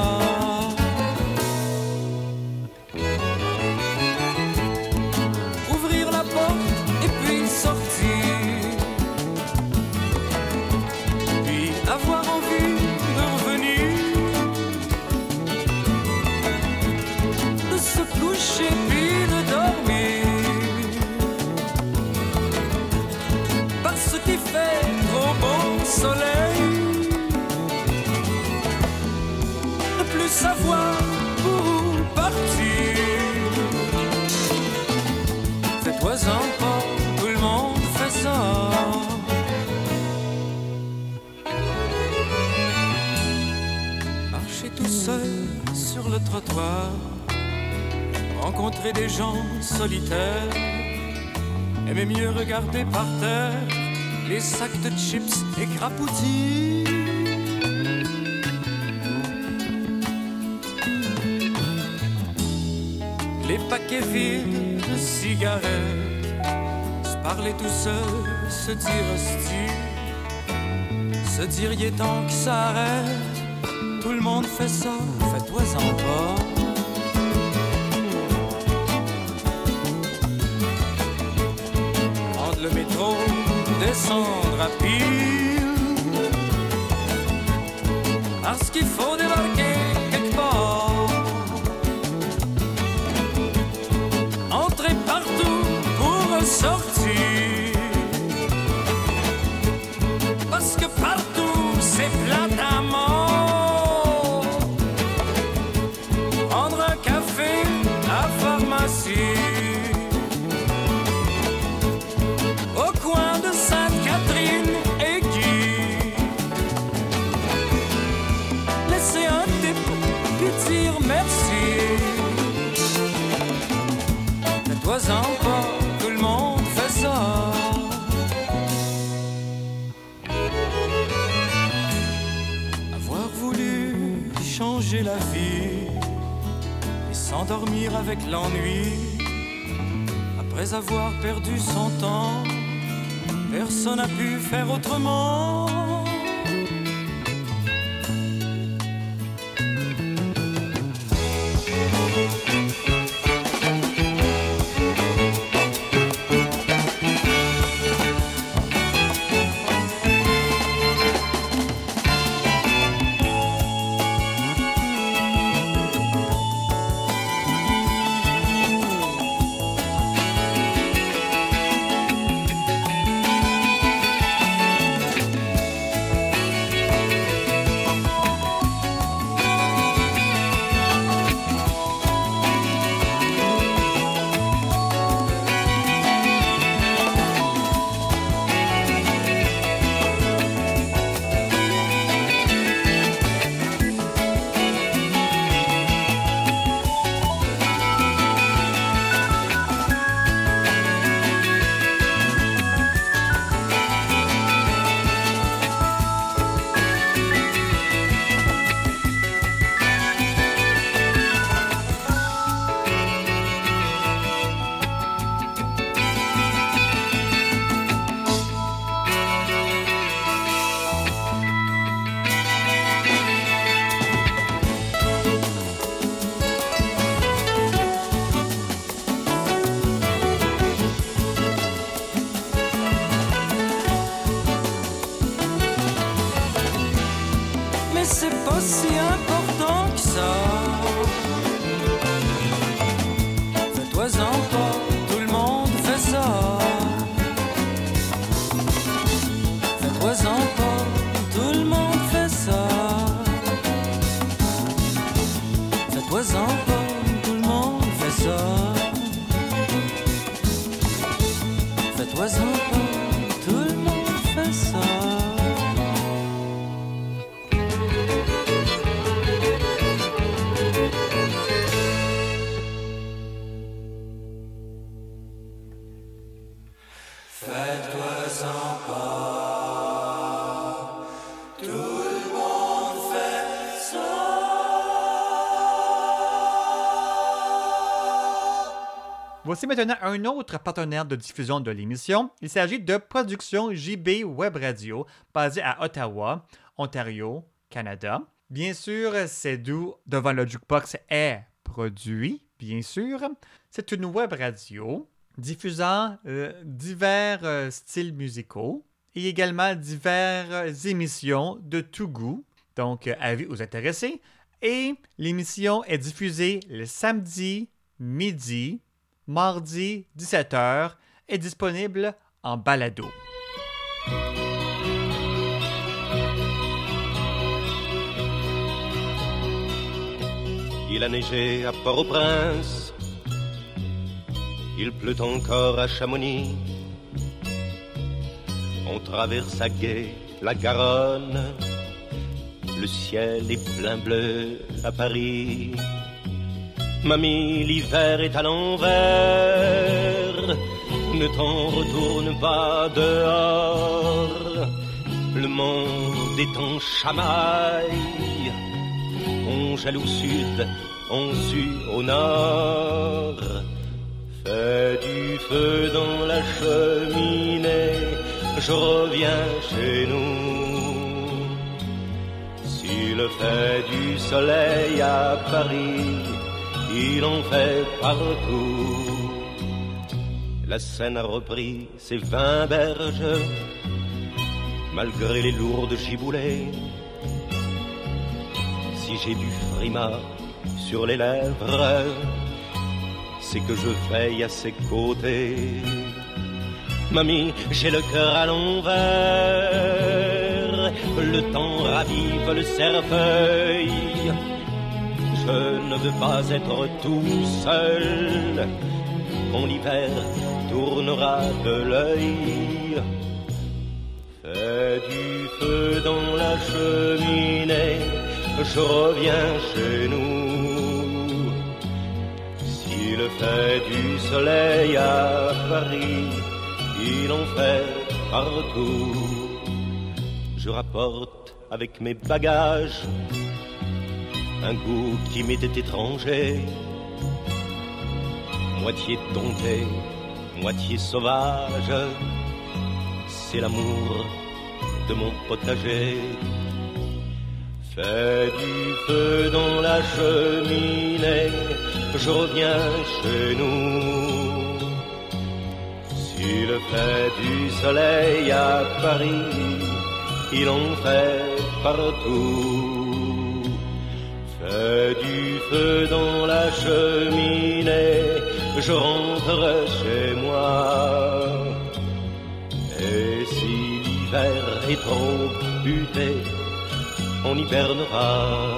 Ouvrir la porte et puis sortir, puis avoir envie de revenir, de se coucher puis de dormir, parce qu'il fait trop beau soleil, ne plus savoir où partir. Fais-toi-en pas, tout le monde fait ça. Marcher tout seul sur le trottoir, rencontrer des gens solitaires, aimer mieux regarder par terre les sacs de chips écrapoutis. Les paquets vides de cigarettes, se parler tout seul, se dire hostie, se dire y est temps que ça arrête. Tout le monde fait ça, fais-toi-en pas. Prendre le métro, descendre à pied, parce qu'il faut débarquer quelque part. Entrer partout pour ressortir, parce que partout c'est plein à mort. Prendre un café à pharmacie, au coin de Sainte-Catherine et Guy, laisser un tip puis dire merci. Fais-toi-en pas, tout le monde fait ça. Avoir voulu changer la vie et s'endormir avec l'ennui, après avoir perdu son temps, personne n'a pu faire autrement. Tout le monde fait ça. Voici maintenant un autre partenaire de diffusion de l'émission. Il s'agit de Production J B Web Radio, basée à Ottawa, Ontario, Canada. Bien sûr, c'est d'où Devant le Jukebox est produit, bien sûr. C'est une web radio diffusant euh, divers euh, styles musicaux et également diverses émissions de tout goût. Donc, euh, avis aux intéressés. Et l'émission est diffusée le samedi, midi, mardi, dix-sept heures, est disponible en balado. Il a neigé à Port-au-Prince, il pleut encore à Chamonix. On traverse à gué la Garonne, le ciel est plein bleu à Paris. Mamie, l'hiver est à l'envers, ne t'en retourne pas dehors. Le monde est en chamaille, on gèle au sud, on sue au nord. Fais du feu dans la cheminée, je reviens chez nous. S'il fait du soleil à Paris, il en fait partout. La Seine a repris ses vingt berges, malgré les lourdes giboulées. Si j'ai du frima sur les lèvres, c'est que je veille à ses côtés. Mamie, j'ai le cœur à l'envers, le temps ravive le cerfeuil. Je ne veux pas être tout seul quand l'hiver tournera de l'œil. Fais du feu dans la cheminée, je reviens chez nous. S'il fait du soleil à Paris, il en fait partout. Je rapporte avec mes bagages un goût qui m'était étranger, moitié dompté, moitié sauvage. C'est l'amour de mon potager. Fais du feu dans la cheminée, je reviens chez nous. S'il fait du soleil à Paris, il en fait partout. Fais du feu dans la cheminée, je rentre chez moi. Et si l'hiver est trop buté, on hibernera.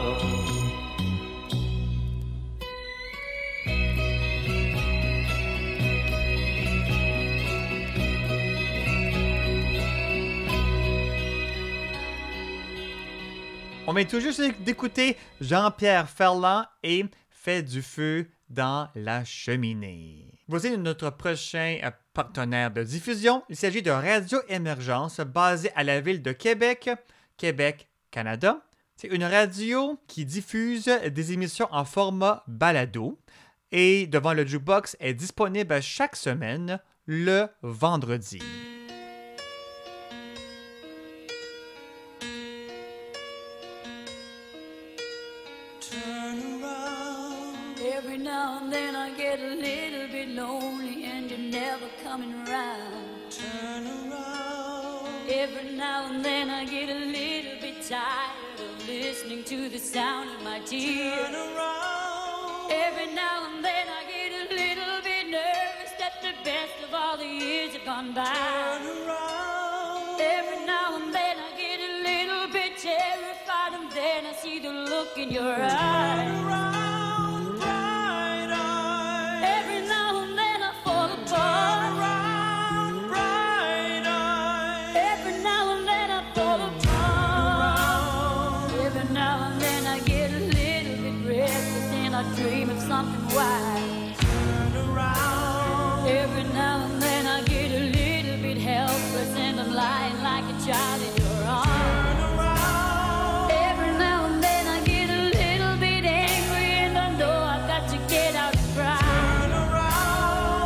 On vient tout juste d'écouter Jean-Pierre Ferland et Fait du feu dans la cheminée. Voici notre prochain partenaire de diffusion. Il s'agit de Radio Émergence, basée à la ville de Québec, Québec, Canada. C'est une radio qui diffuse des émissions en format balado et Devant le Jukebox est disponible chaque semaine le vendredi. Every now and then I get a little bit lonely and you're never coming around. Turn around. Every now and then I get a little bit tired of listening to the sound of my tears. Turn around. Every now and then I get a little bit nervous that the best of all the years have gone by. Turn around. Every now and then I get a little bit terrified and then I see the look in your eyes. Turn around. Dream of something wise. Turn around. Every now and then I get a little bit helpless and I'm lying like a child in your arms. Turn around. Every now and then I get a little bit angry and I know I've got to get out and cry. Turn around.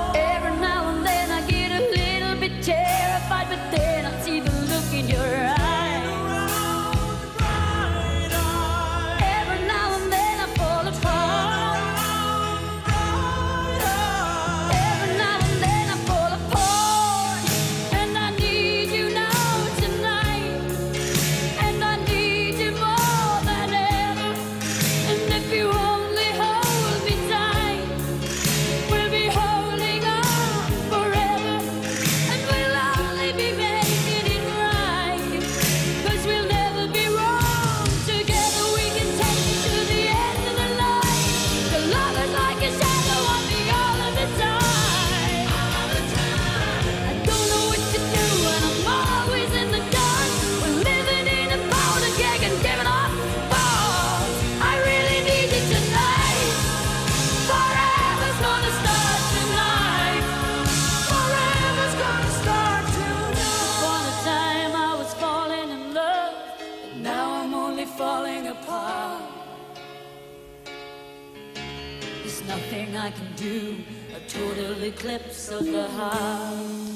Nothing I can do, a total eclipse of the heart.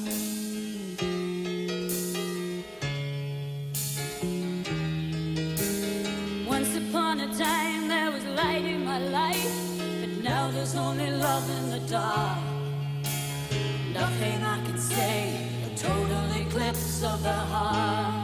Once upon a time there was light in my life, but now there's only love in the dark. Nothing I can say, a total eclipse of the heart.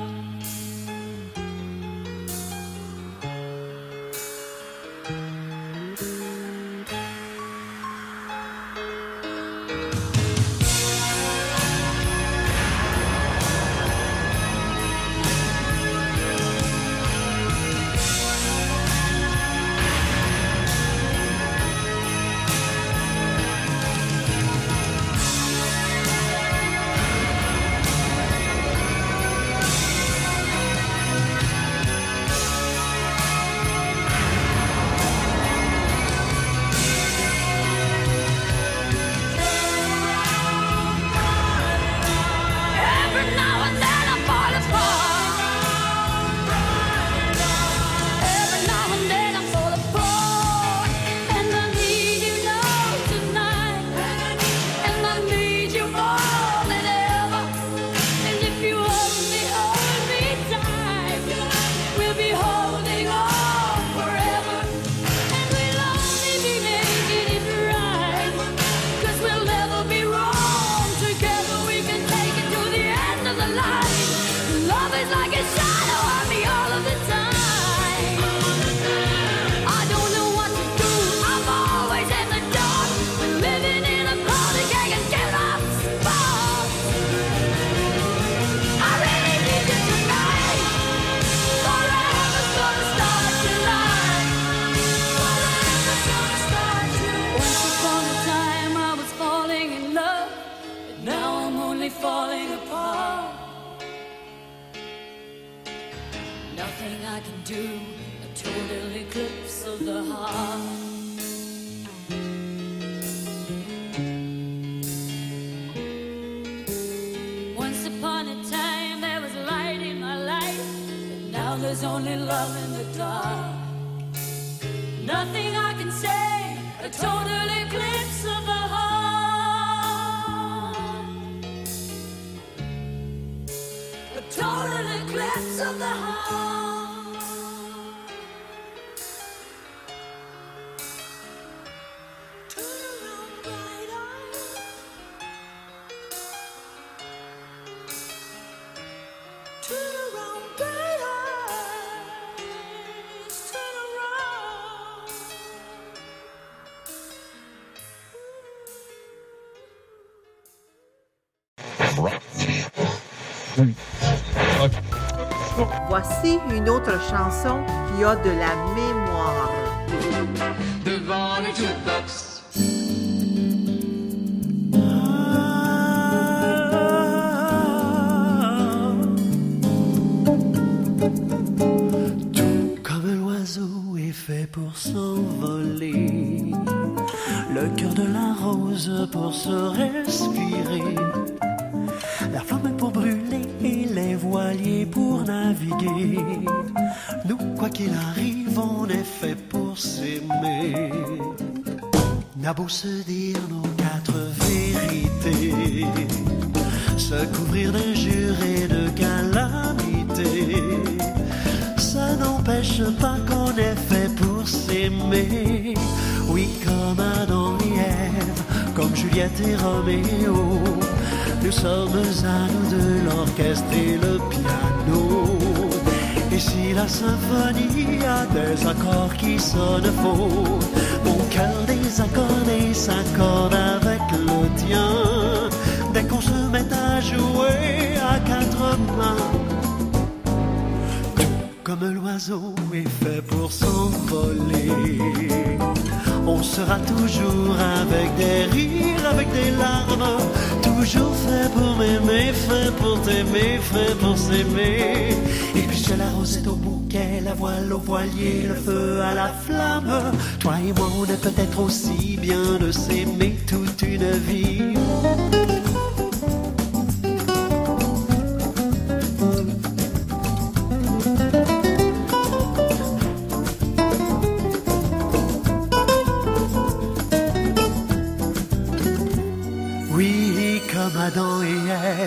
Voici une autre chanson qui a de la mémoire. Devant le jukebox. Tout comme l'oiseau est fait pour s'envoler, le cœur de la rose pour se respirer, la flamme est pour brûler et les voiliers pour naviguer. Nous, quoi qu'il arrive, on est fait pour s'aimer. N'a beau se dire nos quatre vérités, se couvrir d'injures et de calamités, ça n'empêche pas qu'on est fait pour s'aimer. Oui, comme Adam et Ève, comme Juliette et Roméo, nous sommes à nous deux, l'orchestre et le piano. Et si la symphonie a des accords qui sonnent faux, mon cœur désaccordé s'accorde avec le tien. Dès qu'on se met à jouer à quatre mains, tout comme l'oiseau est fait pour s'envoler, on sera toujours avec des rires, avec des larmes, toujours fait pour m'aimer, fait pour t'aimer, fait pour s'aimer. Et puisque la rosette au bouquet, la voile au voilier, le feu à la flamme, toi et moi on est peut-être aussi bien de s'aimer toute une vie.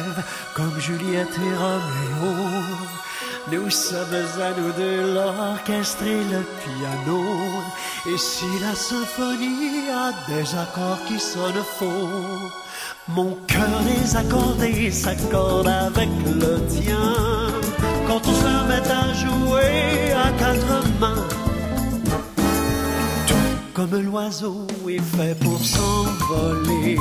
rêve comme Juliette et Roméo. Nous sommes à nous deux l'orchestre et le piano. Et si la symphonie a des accords qui sonnent faux, mon cœur désaccordé s'accorde avec le tien. Quand on se met à jouer à quatre mains, comme l'oiseau est fait pour s'envoler,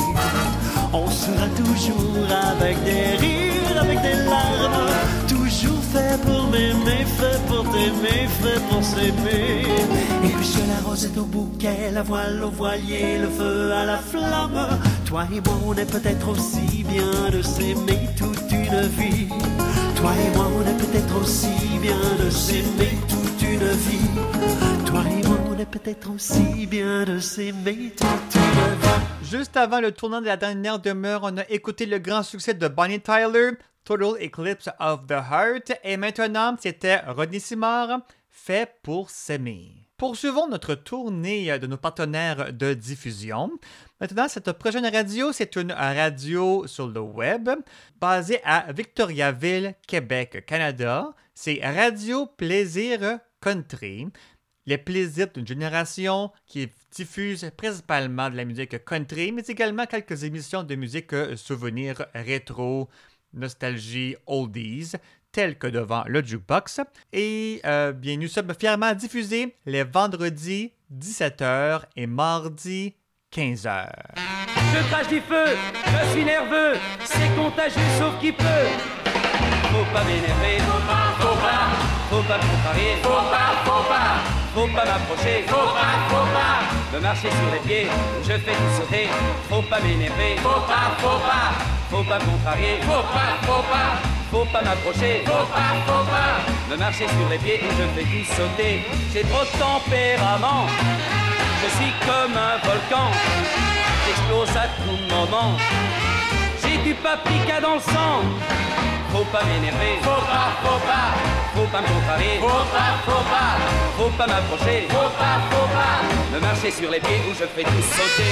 on sera toujours avec des rires, avec des larmes, toujours fait pour m'aimer, fait pour t'aimer, fait pour s'aimer. Et puisque la rose est au bouquet, la voile au voilier, le feu à la flamme, toi et moi on est peut-être aussi bien de s'aimer toute une vie. Toi et moi on est peut-être aussi bien de s'aimer toute une vie. Toi et moi on est peut-être aussi bien de s'aimer toute une vie. Juste avant le tournant de la dernière demeure, on a écouté le grand succès de Bonnie Tyler, Total Eclipse of the Heart, et maintenant c'était Rodney Simard, Fait pour s'aimer. Poursuivons notre tournée de nos partenaires de diffusion. Maintenant, cette prochaine radio, c'est une radio sur le web basée à Victoriaville, Québec, Canada. C'est Radio Plaisir Country, les plaisirs d'une génération qui diffuse principalement de la musique country, mais également quelques émissions de musique souvenirs rétro, nostalgie, oldies, telles que devant le jukebox. Et euh, bien, nous sommes fièrement diffusés les vendredis dix-sept heures et mardis quinze heures. Je crache du feu, je suis nerveux, c'est contagieux sauf qui peut. Faut pas m'énerver, faut pas, faut pas, faut pas me contrarier, faut pas, faut pas, faut pas m'approcher, faut pas, faut pas, me marcher sur les pieds, je fais tout sauter, faut pas m'énerver, faut pas, faut pas, faut pas me contrarier, faut pas, faut pas, faut pas m'approcher, faut pas, faut pas, me marcher sur les pieds, je fais tout sauter, j'ai trop de tempérament, je suis comme un volcan, j'explose à tout moment, j'ai du paprika dans le sang. Faut pas m'énerver, faut pas, faut pas, faut pas me contrarier, faut pas, faut pas, faut pas m'approcher, faut pas, faut pas, me marcher sur les pieds où je fais tout sauter.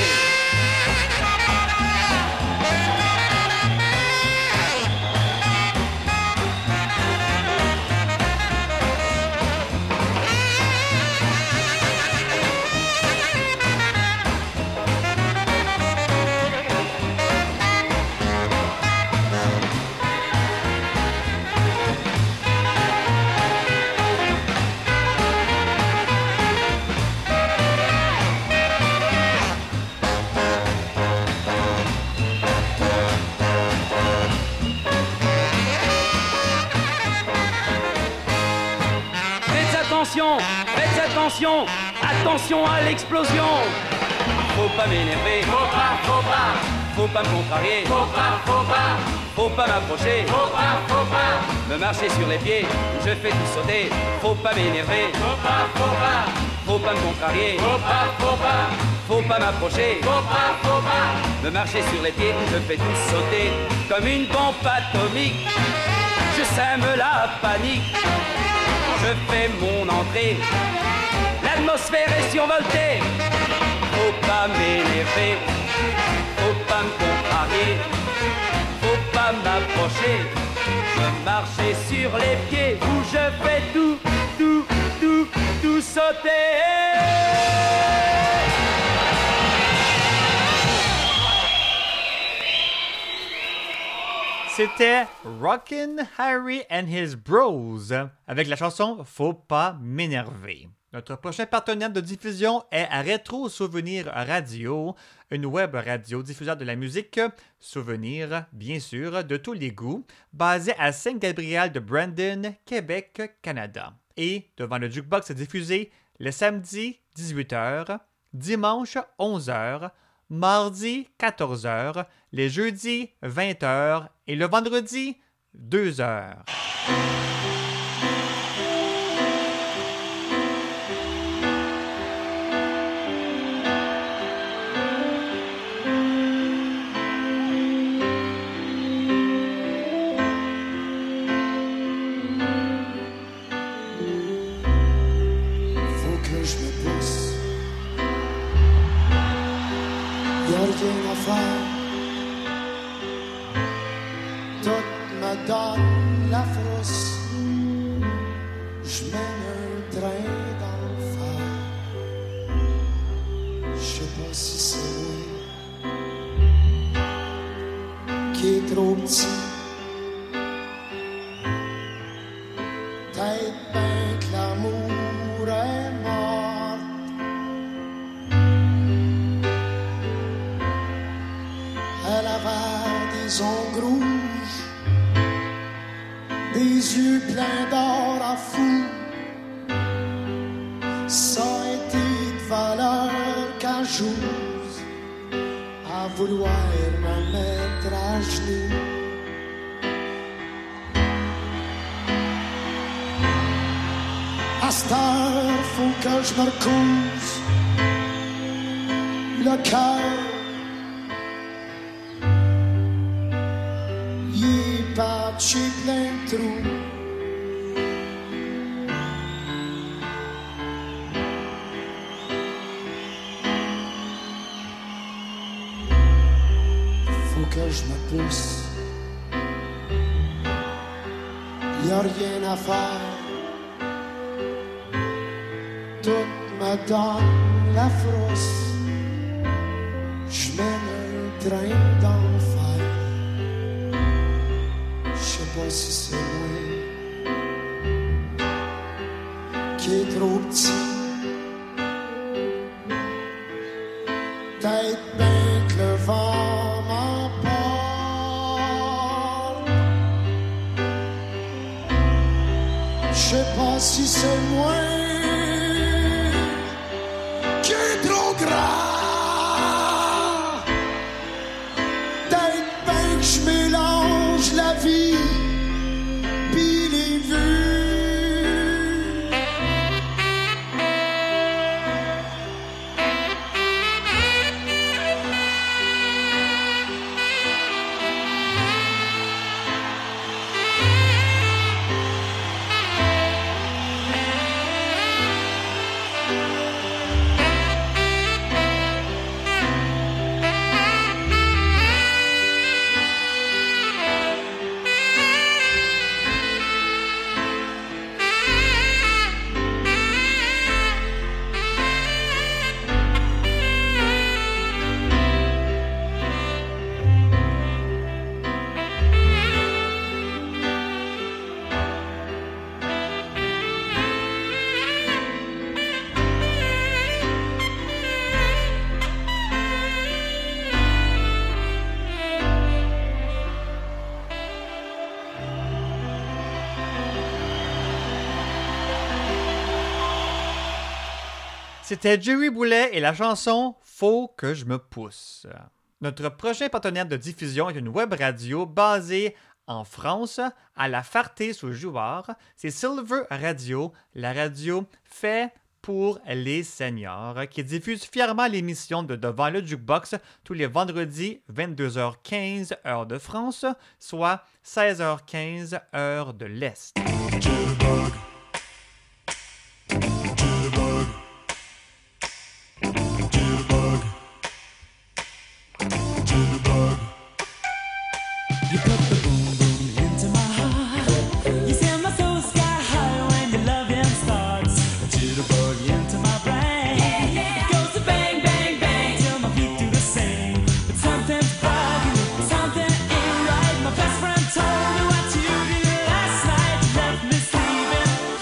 Faites attention, attention à l'explosion. Faut pas m'énerver, faut pas, faut pas, faut pas me contrarier, faut pas, faut pas, faut pas m'approcher, faut pas, faut pas, me marcher sur les pieds, je fais tout sauter. Faut pas m'énerver, faut pas, faut pas, faut pas me contrarier, faut pas, faut pas, faut pas m'approcher, faut pas, faut pas, me marcher sur les pieds, je fais tout sauter. Comme une bombe atomique, je sème la panique. Je fais mon entrée, l'atmosphère est survoltée. Faut pas m'énerver, faut pas me contrarier, faut pas m'approcher, me marcher sur les pieds où je fais tout, tout, tout, tout sauter. C'était Rockin' Harry and His Bros avec la chanson Faut pas m'énerver. Notre prochain partenaire de diffusion est Rétro Souvenir Radio, une web radio diffuseur de la musique souvenir, bien sûr, de tous les goûts, basée à Saint-Gabriel de Brandon, Québec, Canada. Et devant le jukebox diffusé le samedi dix-huit heures, dimanche onze heures, mardi quatorze heures, les jeudis vingt heures et le vendredi deux heures. Faut que je me pousse. Y'a rien à faire. donne la frousse, je mène un train d'enfer. Je sais pas si c'est moi qui est trop petit. Peut-être bien que l'amour est mort. Elle avait des ongles rouges, des yeux pleins d'or à fou. Ça a été de valeur qu'à j'ose à vouloir me mettre à genoux. À cette heure, faut que je me recouse le cœur. Il est patché plein de trous. Faut que je me pousse. Y a rien à faire. Tout me donne la frousse. Je mène un train d'enfer. Je sais pas si c'est moi qui est trop petit. Peut-être bien que le vent m'emporte. Je sais pas si c'est moi qui est trop gras. Peut-être bien que je mélange la vie pis les vues. C'était Jerry Boulet et la chanson « Faut que je me pousse ». Notre prochain partenaire de diffusion est une web radio basée en France, à la Ferté-sous-Jouarre. C'est Silver Radio, la radio faite pour les seniors, qui diffuse fièrement l'émission de Devant le Jukebox tous les vendredis vingt-deux heures quinze heure de France, soit seize heures quinze heure de l'Est. You put the boom boom into my heart. You send my soul sky high when your loving starts. A jitterbug into my brain. Yeah, yeah. It goes to bang, bang, bang till my feet do the same. But something's bugging, something ain't right. My best friend told me what you did last night. You left me sleeping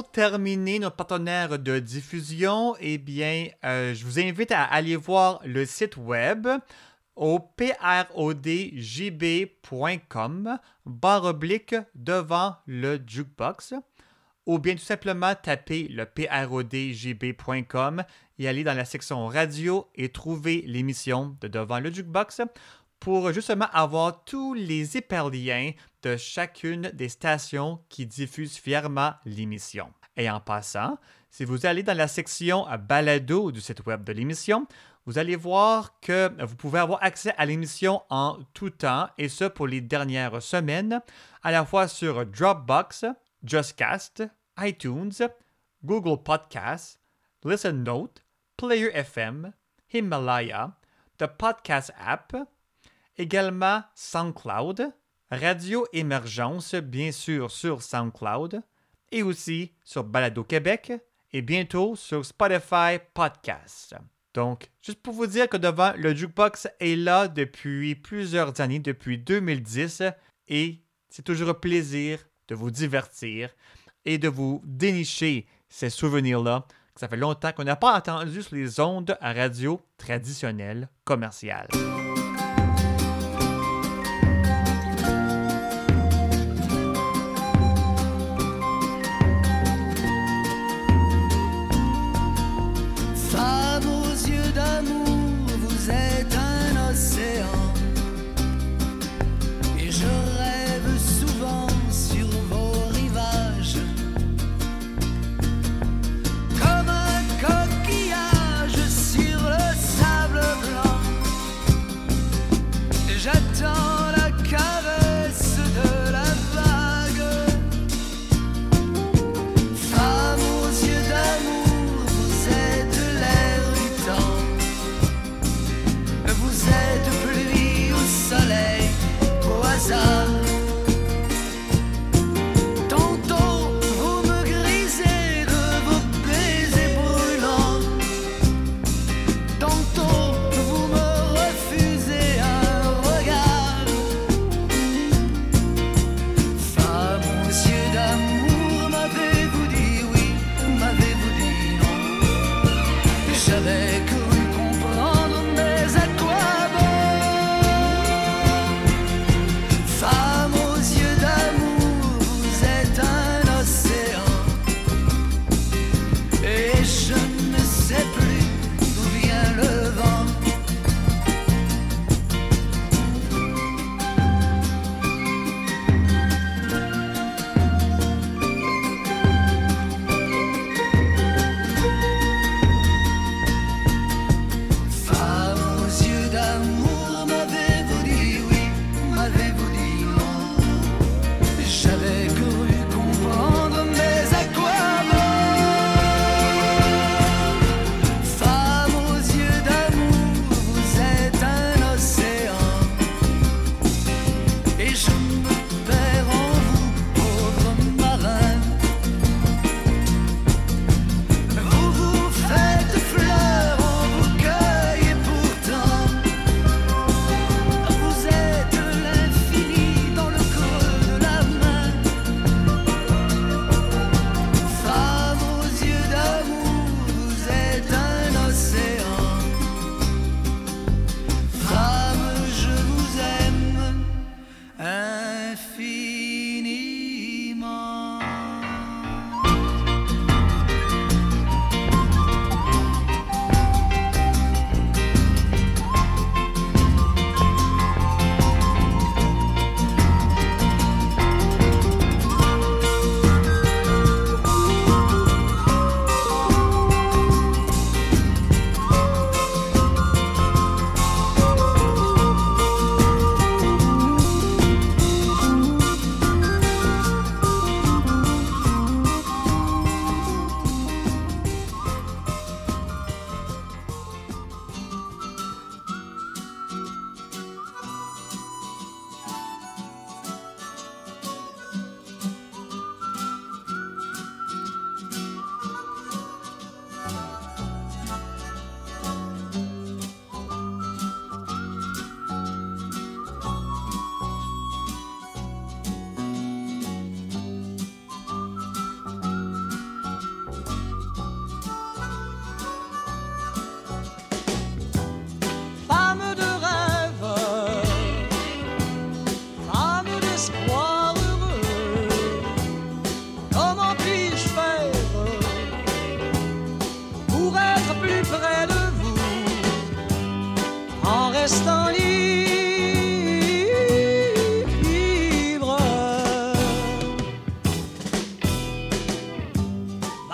terminer notre partenaire de diffusion, eh bien, euh, je vous invite à aller voir le site web au prodjb.com barre oblique devant le jukebox, ou bien tout simplement taper le prodjb point com et aller dans la section radio et trouver l'émission de Devant le Jukebox pour justement avoir tous les hyperliens de chacune des stations qui diffusent fièrement l'émission. Et en passant, si vous allez dans la section balado du site web de l'émission, vous allez voir que vous pouvez avoir accès à l'émission en tout temps, et ce pour les dernières semaines, à la fois sur Dropbox, JustCast, iTunes, Google Podcasts, Listen Note, Player F M, Himalaya, The Podcast App, également SoundCloud, Radio Émergence, bien sûr sur SoundCloud, et aussi sur Balado Québec, et bientôt sur Spotify Podcasts. Donc, juste pour vous dire que Devant le Jukebox est là depuis plusieurs années, depuis deux mille dix, et c'est toujours un plaisir de vous divertir et de vous dénicher ces souvenirs-là, que ça fait longtemps qu'on n'a pas entendu sur les ondes à radio traditionnelles commerciales.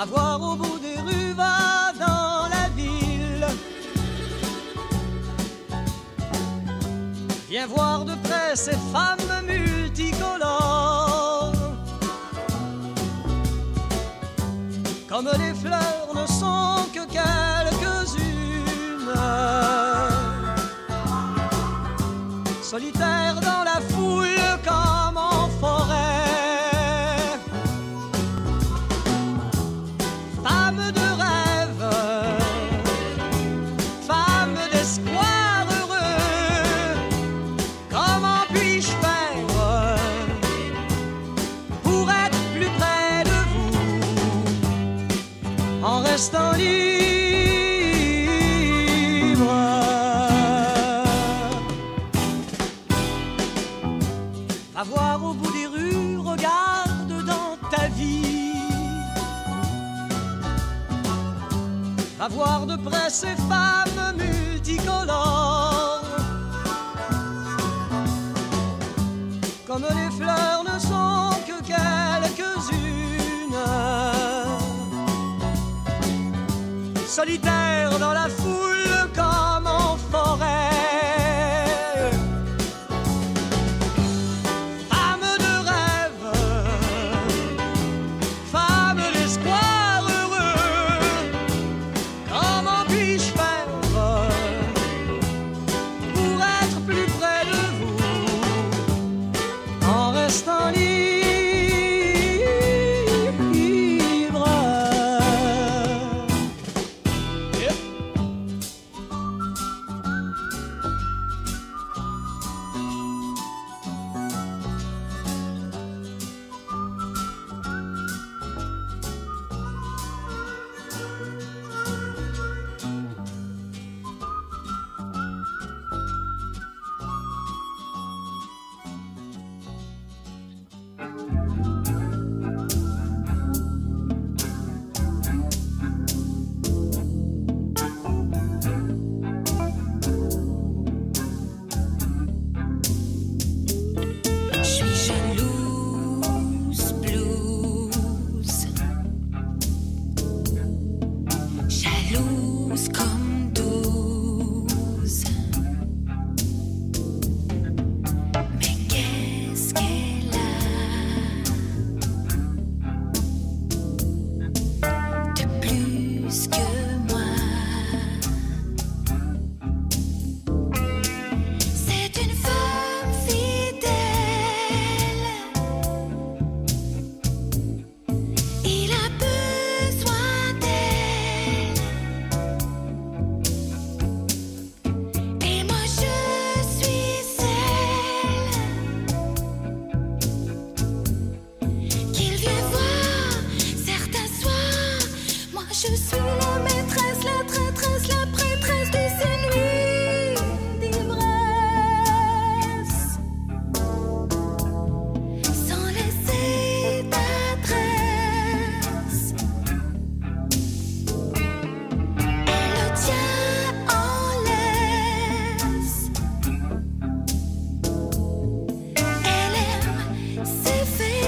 voir au bout des rues, va dans la ville. Viens voir de près ces femmes multicolores. Comme les fleurs ne sont que quelques-unes, solitaires dans la foule comme en forêt. Femmes de rêve, femmes d'espoir heureux, comment puis-je faire pour être plus près de vous en restant libre? Va voir au bout des rues, regarde dans ta vie. Va voir de près ces femmes multicolores. Comme les fleurs ne sont que quelques-unes, solitaires dans la foule comme en forêt. Femmes de rêve, femmes d'espoir heureux, comment puis-je faire pour être plus près de vous en restant libre?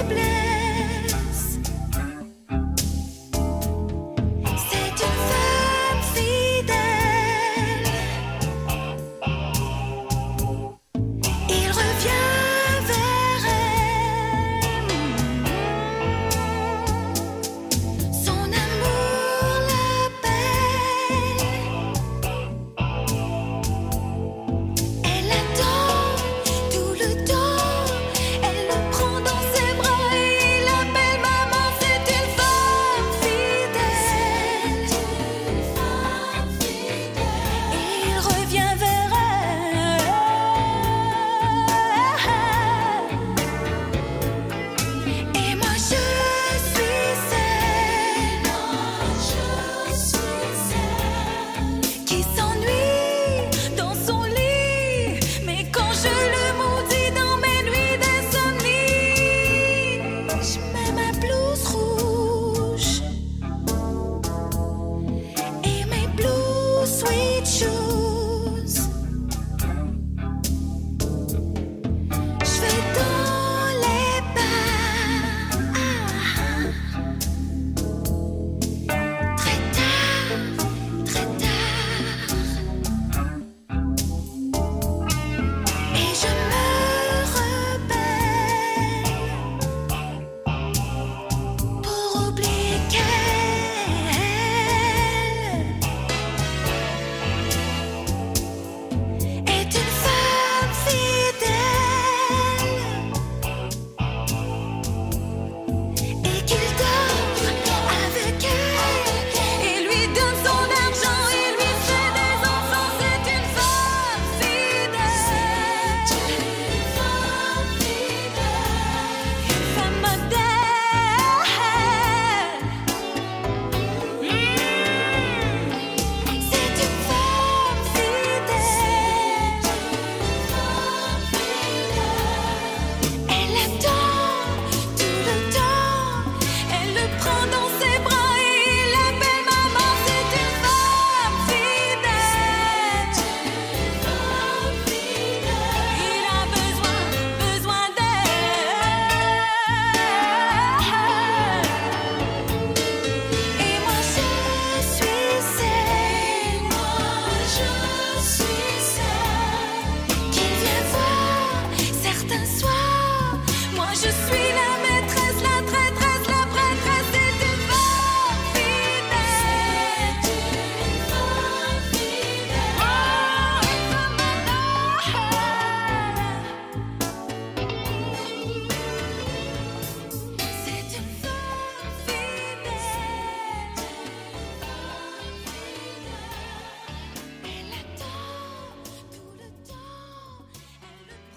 C'est une femme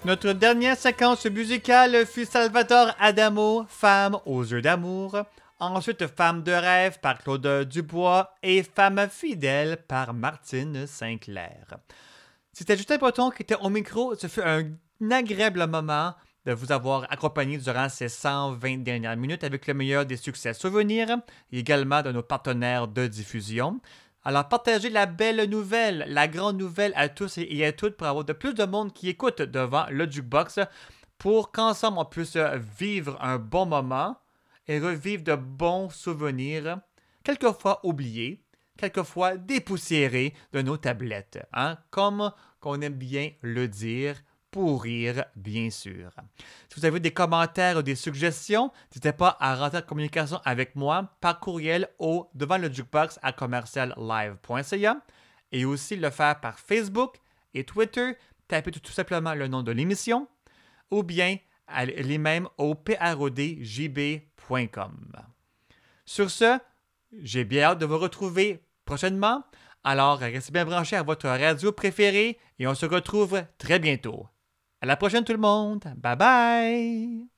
Notre dernière séquence musicale fut Salvatore Adamo, Femme aux yeux d'amour. Ensuite, Femme de rêve par Claude Dubois et Femme fidèle par Martine Sinclair. C'était Justin Breton qui était au micro. Ce fut un agréable moment de vous avoir accompagné durant ces cent vingt dernières minutes avec le meilleur des succès souvenirs et également de nos partenaires de diffusion. Alors, partagez la belle nouvelle, la grande nouvelle à tous et à toutes pour avoir de plus de monde qui écoute devant le Jukebox pour qu'ensemble on puisse vivre un bon moment et revivre de bons souvenirs, quelquefois oubliés, quelquefois dépoussiérés de nos tablettes, hein? Comme qu'on aime bien le dire, pour rire, bien sûr. Si vous avez des commentaires ou des suggestions, n'hésitez pas à rentrer en communication avec moi par courriel au devant le jukebox à commercial live point c a et aussi le faire par Facebook et Twitter. Tapez tout, tout simplement le nom de l'émission ou bien allez même au prod j b point com. Sur ce, j'ai bien hâte de vous retrouver prochainement. Alors, restez bien branchés à votre radio préférée et on se retrouve très bientôt. À la prochaine tout le monde. Bye bye!